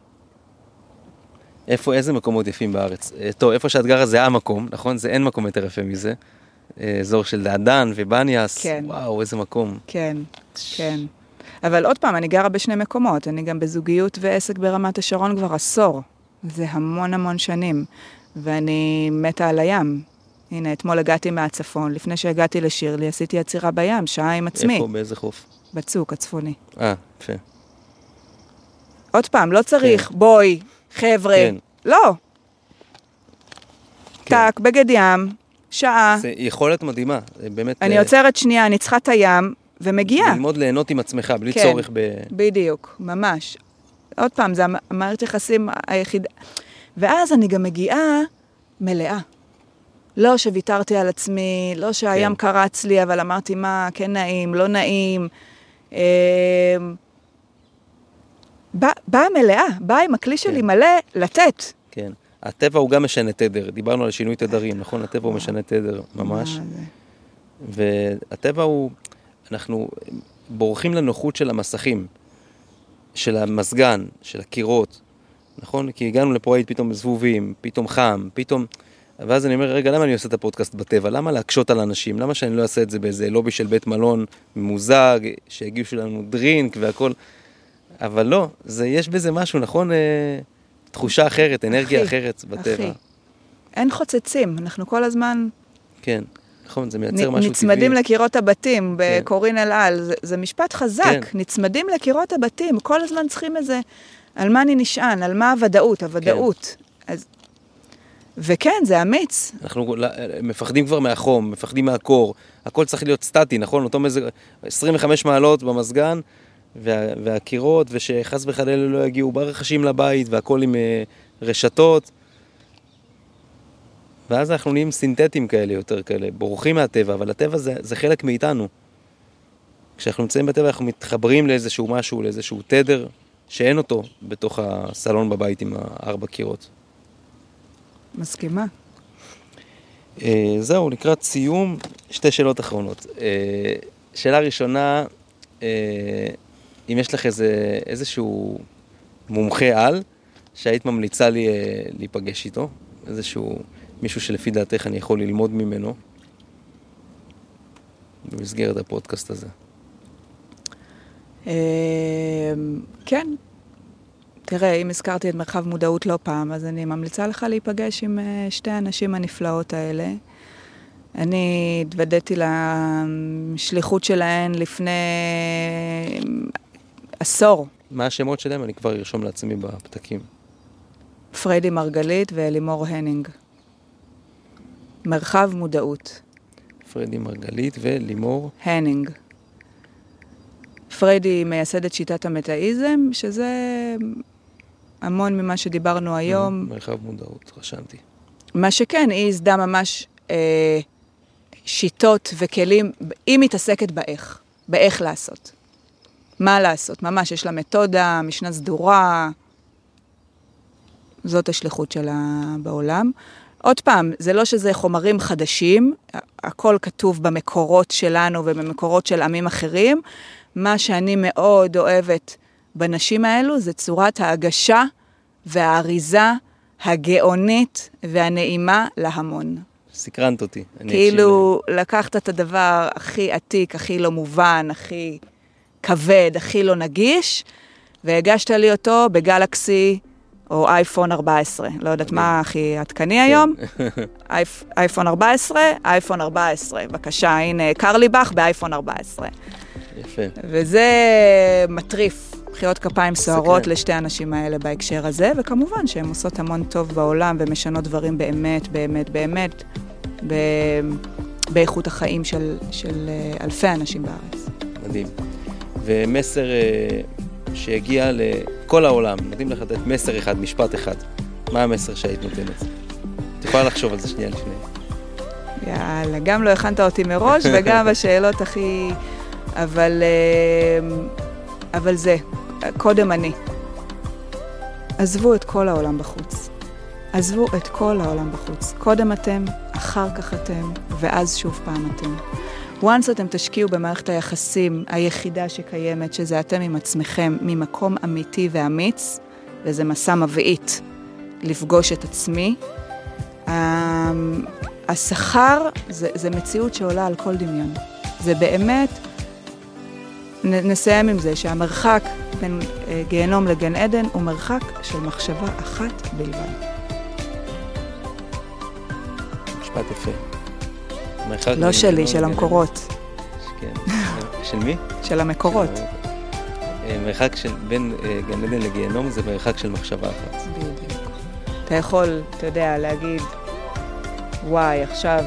[SPEAKER 1] איפה, איזה מקומות יפים בארץ? טוב, איפה שאת גרה זה המקום, נכון? זה אין מקום יותר יפה מזה. אזור של דעדן ובניאס. כן. וואו, איזה מקום.
[SPEAKER 2] כן, כן. אבל עוד פעם, אני גרה בשני מקומות. אני גם בזוגיות ועסק ברמת השרון כבר עשור. זה המון המון שנים. ואני מתה על הים. הנה, אתמול הגעתי מהצפון. לפני שהגעתי לשירלי, עשיתי עצירה בים, שעה עם עצמי.
[SPEAKER 1] איפה? באיזה חוף?
[SPEAKER 2] בצוק, הצפוני.
[SPEAKER 1] אה, יפה.
[SPEAKER 2] עוד פעם, לא צריך, כן. בואי, חבר'ה. כן. לא. כן. טק, בגד ים, שעה.
[SPEAKER 1] זה יכולת מדהימה. באמת...
[SPEAKER 2] אני עוצרת שנייה, אני צריכה את הים, ומגיעה.
[SPEAKER 1] ללמוד ליהנות עם עצמך, בלי כן, צורך ב...
[SPEAKER 2] בדיוק, ממש. עוד פעם, זה המערכת יחסים היחידה. ואז אני גם מגיעה מלאה. לא שוויתרתי על עצמי, לא שהים כן. קרץ לי, אבל אמרתי מה, כן נעים, לא נעים. אה... באה בא מלאה, באה עם הכלי שלי כן. מלא לתת.
[SPEAKER 1] כן. הטבע הוא גם משנה תדר. דיברנו על שינוי תדרים, נכון? הטבע הוא משנה תדר, ממש. והטבע הוא, אנחנו בורחים לנוחות של המסכים, של המסגן, של הקירות, נכון? כי הגענו לפה היית פתאום זבובים, פתאום חם, פתאום... ואז אני אומר, רגע, למה אני עושה את הפודקאסט בטבע? למה להקשות על אנשים? למה שאני לא אעשה את זה באיזה לובי של בית מלון ממוזג, שהגישו לנו דרינק והכל? אבל לא, זה, יש בזה משהו, נכון? אה, תחושה אחרת, אנרגיה אחי, אחרת בטבע. אחי.
[SPEAKER 2] אין חוצצים, אנחנו כל הזמן...
[SPEAKER 1] כן. נכון, זה מייצר משהו טבעי.
[SPEAKER 2] נצמדים לקירות הבתים, בקורין אלעל, זה, זה משפט חזק, כן. נצמדים לקירות הבתים, כל הזמן צריכים איזה, על מה אני נשען, על מה הוודאות, הוודאות. כן. אז, וכן, זה אמיץ.
[SPEAKER 1] אנחנו מפחדים כבר מהחום, מפחדים מהקור, הכל צריך להיות סטטי, נכון? אותו מזג, עשרים וחמש מעלות במזגן, וה, והקירות, ושחס וחלילה לא יגיעו ברכשים לבית, והכל עם uh, רשתות. ואז אנחנו נהיים סינתטיים כאלה, יותר כאלה, בורחים מהטבע, אבל הטבע זה, זה חלק מאיתנו. כשאנחנו נמצאים בטבע, אנחנו מתחברים לאיזשהו משהו, לאיזשהו תדר, שאין אותו בתוך הסלון בבית עם הארבע קירות.
[SPEAKER 2] מסכימה.
[SPEAKER 1] Uh, זהו, לקראת סיום, שתי שאלות אחרונות. Uh, שאלה ראשונה, uh, אם יש לך איזה, איזשהו מומחה על, שהיית ממליצה לי uh, להיפגש איתו, איזשהו מישהו שלפי דעתך אני יכול ללמוד ממנו, במסגרת הפודקאסט הזה.
[SPEAKER 2] Uh, כן. תראה, אם הזכרתי את מרחב מודעות לא פעם, אז אני ממליצה לך להיפגש עם שתי האנשים הנפלאות האלה. אני התוודעתי לשליחות שלהן לפני עשור.
[SPEAKER 1] מה השמות שלהם? אני כבר ארשום לעצמי בפתקים.
[SPEAKER 2] פריידי מרגלית ואלימור הנינג. מרחב מודעות.
[SPEAKER 1] פריידי מרגלית ולימור
[SPEAKER 2] הנינג. פריידי מייסדת שיטת המטאיזם, שזה המון ממה שדיברנו היום.
[SPEAKER 1] מרחב מודעות, רשמתי.
[SPEAKER 2] מה שכן, היא ייסדה ממש אה, שיטות וכלים, היא מתעסקת באיך, באיך לעשות. מה לעשות, ממש יש לה מתודה, משנה סדורה, זאת השליחות שלה בעולם. עוד פעם, זה לא שזה חומרים חדשים, הכל כתוב במקורות שלנו ובמקורות של עמים אחרים. מה שאני מאוד אוהבת בנשים האלו זה צורת ההגשה והאריזה הגאונית והנעימה להמון.
[SPEAKER 1] סקרנת אותי.
[SPEAKER 2] כאילו לקחת את הדבר הכי עתיק, הכי לא מובן, הכי כבד, הכי לא נגיש, והגשת לי אותו בגלקסי או אייפון ארבע עשרה. לא יודעת מה הכי עדכני היום. אייפון ארבע עשרה, אייפון ארבע עשרה. בבקשה, הנה קרלי בך באייפון ארבע עשרה.
[SPEAKER 1] יפה.
[SPEAKER 2] וזה מטריף, מחיאות כפיים סוערות לשתי האנשים האלה בהקשר הזה, וכמובן שהן עושות המון טוב בעולם ומשנות דברים באמת, באמת, באמת, ב... באיכות החיים של, של אלפי אנשים בארץ.
[SPEAKER 1] מדהים. ומסר שהגיע לכל העולם, נותנים לך לתת מסר אחד, משפט אחד. מה המסר שהיית נותנת? את יכולה לחשוב על זה שנייה לפני.
[SPEAKER 2] יאללה, גם לא הכנת אותי מראש, וגם השאלות הכי... אבל, אבל זה, קודם אני. עזבו את כל העולם בחוץ. עזבו את כל העולם בחוץ. קודם אתם, אחר כך אתם, ואז שוב פעם אתם. once אתם תשקיעו במערכת היחסים היחידה שקיימת, שזה אתם עם עצמכם, ממקום אמיתי ואמיץ, וזה מסע מבעית לפגוש את עצמי. השכר זה, זה מציאות שעולה על כל דמיון. זה באמת... נסיים עם זה שהמרחק בין גיהנום לגן עדן הוא מרחק של מחשבה אחת בלבד.
[SPEAKER 1] משפט יפה.
[SPEAKER 2] לא שלי, של המקורות.
[SPEAKER 1] כן. של מי?
[SPEAKER 2] של המקורות.
[SPEAKER 1] מרחק בין גן עדן לגיהנום זה מרחק של מחשבה אחת.
[SPEAKER 2] בדיוק. אתה יכול, אתה יודע, להגיד, וואי, עכשיו...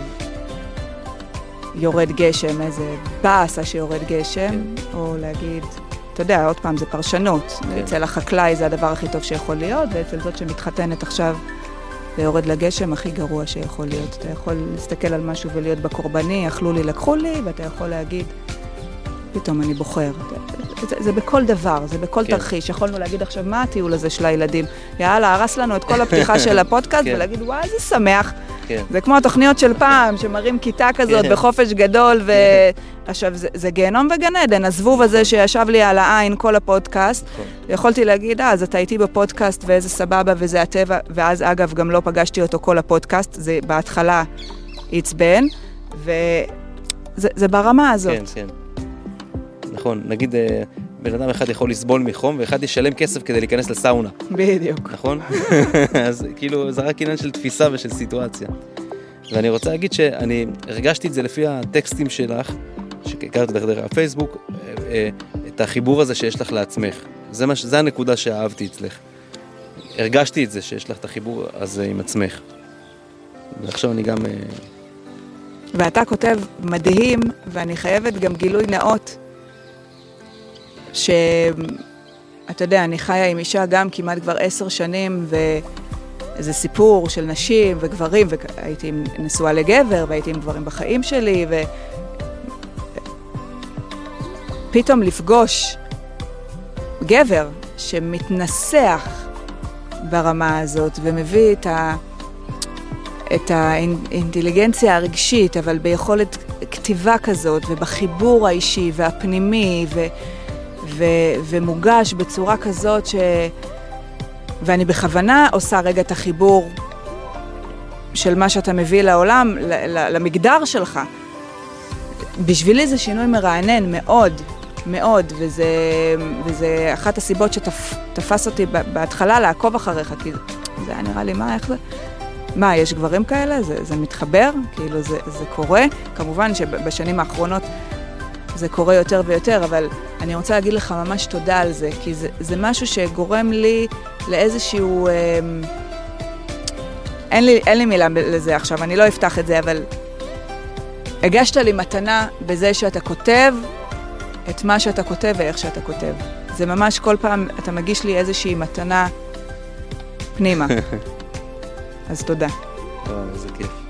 [SPEAKER 2] יורד גשם, איזה באסה שיורד גשם, כן. או להגיד, אתה יודע, עוד פעם, זה פרשנות. כן. אצל החקלאי זה הדבר הכי טוב שיכול להיות, ואצל זאת שמתחתנת עכשיו ויורד לגשם, הכי גרוע שיכול להיות. אתה יכול להסתכל על משהו ולהיות בקורבני, אכלו לי, לקחו לי, ואתה יכול להגיד, פתאום אני בוחר. זה, זה בכל דבר, זה בכל כן. תרחיש. יכולנו להגיד עכשיו, מה הטיול הזה של הילדים? יאללה, הרס לנו את כל הפתיחה של הפודקאסט, כן. ולהגיד, וואי, איזה שמח. כן. זה כמו התוכניות של פעם, שמראים כיתה כזאת בחופש גדול, ועכשיו זה, זה גיהנום וגן עדן, הזבוב הזה שישב לי על העין כל הפודקאסט, יכולתי להגיד, אה, אז אתה איתי בפודקאסט ואיזה סבבה וזה הטבע, ואז אגב גם לא פגשתי אותו כל הפודקאסט, זה בהתחלה עצבן, וזה זה ברמה הזאת.
[SPEAKER 1] כן, כן. נכון, נגיד בן אדם אחד יכול לסבול מחום, ואחד ישלם כסף כדי להיכנס לסאונה.
[SPEAKER 2] בדיוק.
[SPEAKER 1] נכון? אז כאילו, זה רק עניין של תפיסה ושל סיטואציה. ואני רוצה להגיד שאני הרגשתי את זה לפי הטקסטים שלך, שהכרת דרך הפייסבוק, את החיבור הזה שיש לך לעצמך. זה, מה, זה הנקודה שאהבתי אצלך. הרגשתי את זה, שיש לך את החיבור הזה עם עצמך. ועכשיו אני גם...
[SPEAKER 2] ואתה כותב מדהים, ואני חייבת גם גילוי נאות, שאתה יודע, אני חיה עם אישה גם כמעט כבר עשר שנים, וזה סיפור של נשים וגברים, והייתי נשואה לגבר, והייתי עם גברים בחיים שלי, ופתאום לפגוש גבר שמתנסח ברמה הזאת, ומביא את ה... את האינטליגנציה הרגשית, אבל ביכולת כתיבה כזאת, ובחיבור האישי והפנימי, ו, ו, ומוגש בצורה כזאת ש... ואני בכוונה עושה רגע את החיבור של מה שאתה מביא לעולם, למגדר שלך. בשבילי זה שינוי מרענן מאוד, מאוד, וזה, וזה אחת הסיבות שתפס אותי בהתחלה לעקוב אחריך, כי זה היה נראה לי, מה, איך זה? מה, יש גברים כאלה? זה, זה מתחבר? כאילו זה, זה קורה? כמובן שבשנים האחרונות זה קורה יותר ויותר, אבל אני רוצה להגיד לך ממש תודה על זה, כי זה, זה משהו שגורם לי לאיזשהו... אה, אין לי, אין לי מילה לזה עכשיו, אני לא אפתח את זה, אבל הגשת לי מתנה בזה שאתה כותב את מה שאתה כותב ואיך שאתה כותב. זה ממש כל פעם אתה מגיש לי איזושהי מתנה פנימה. אז תודה.
[SPEAKER 1] איזה כיף.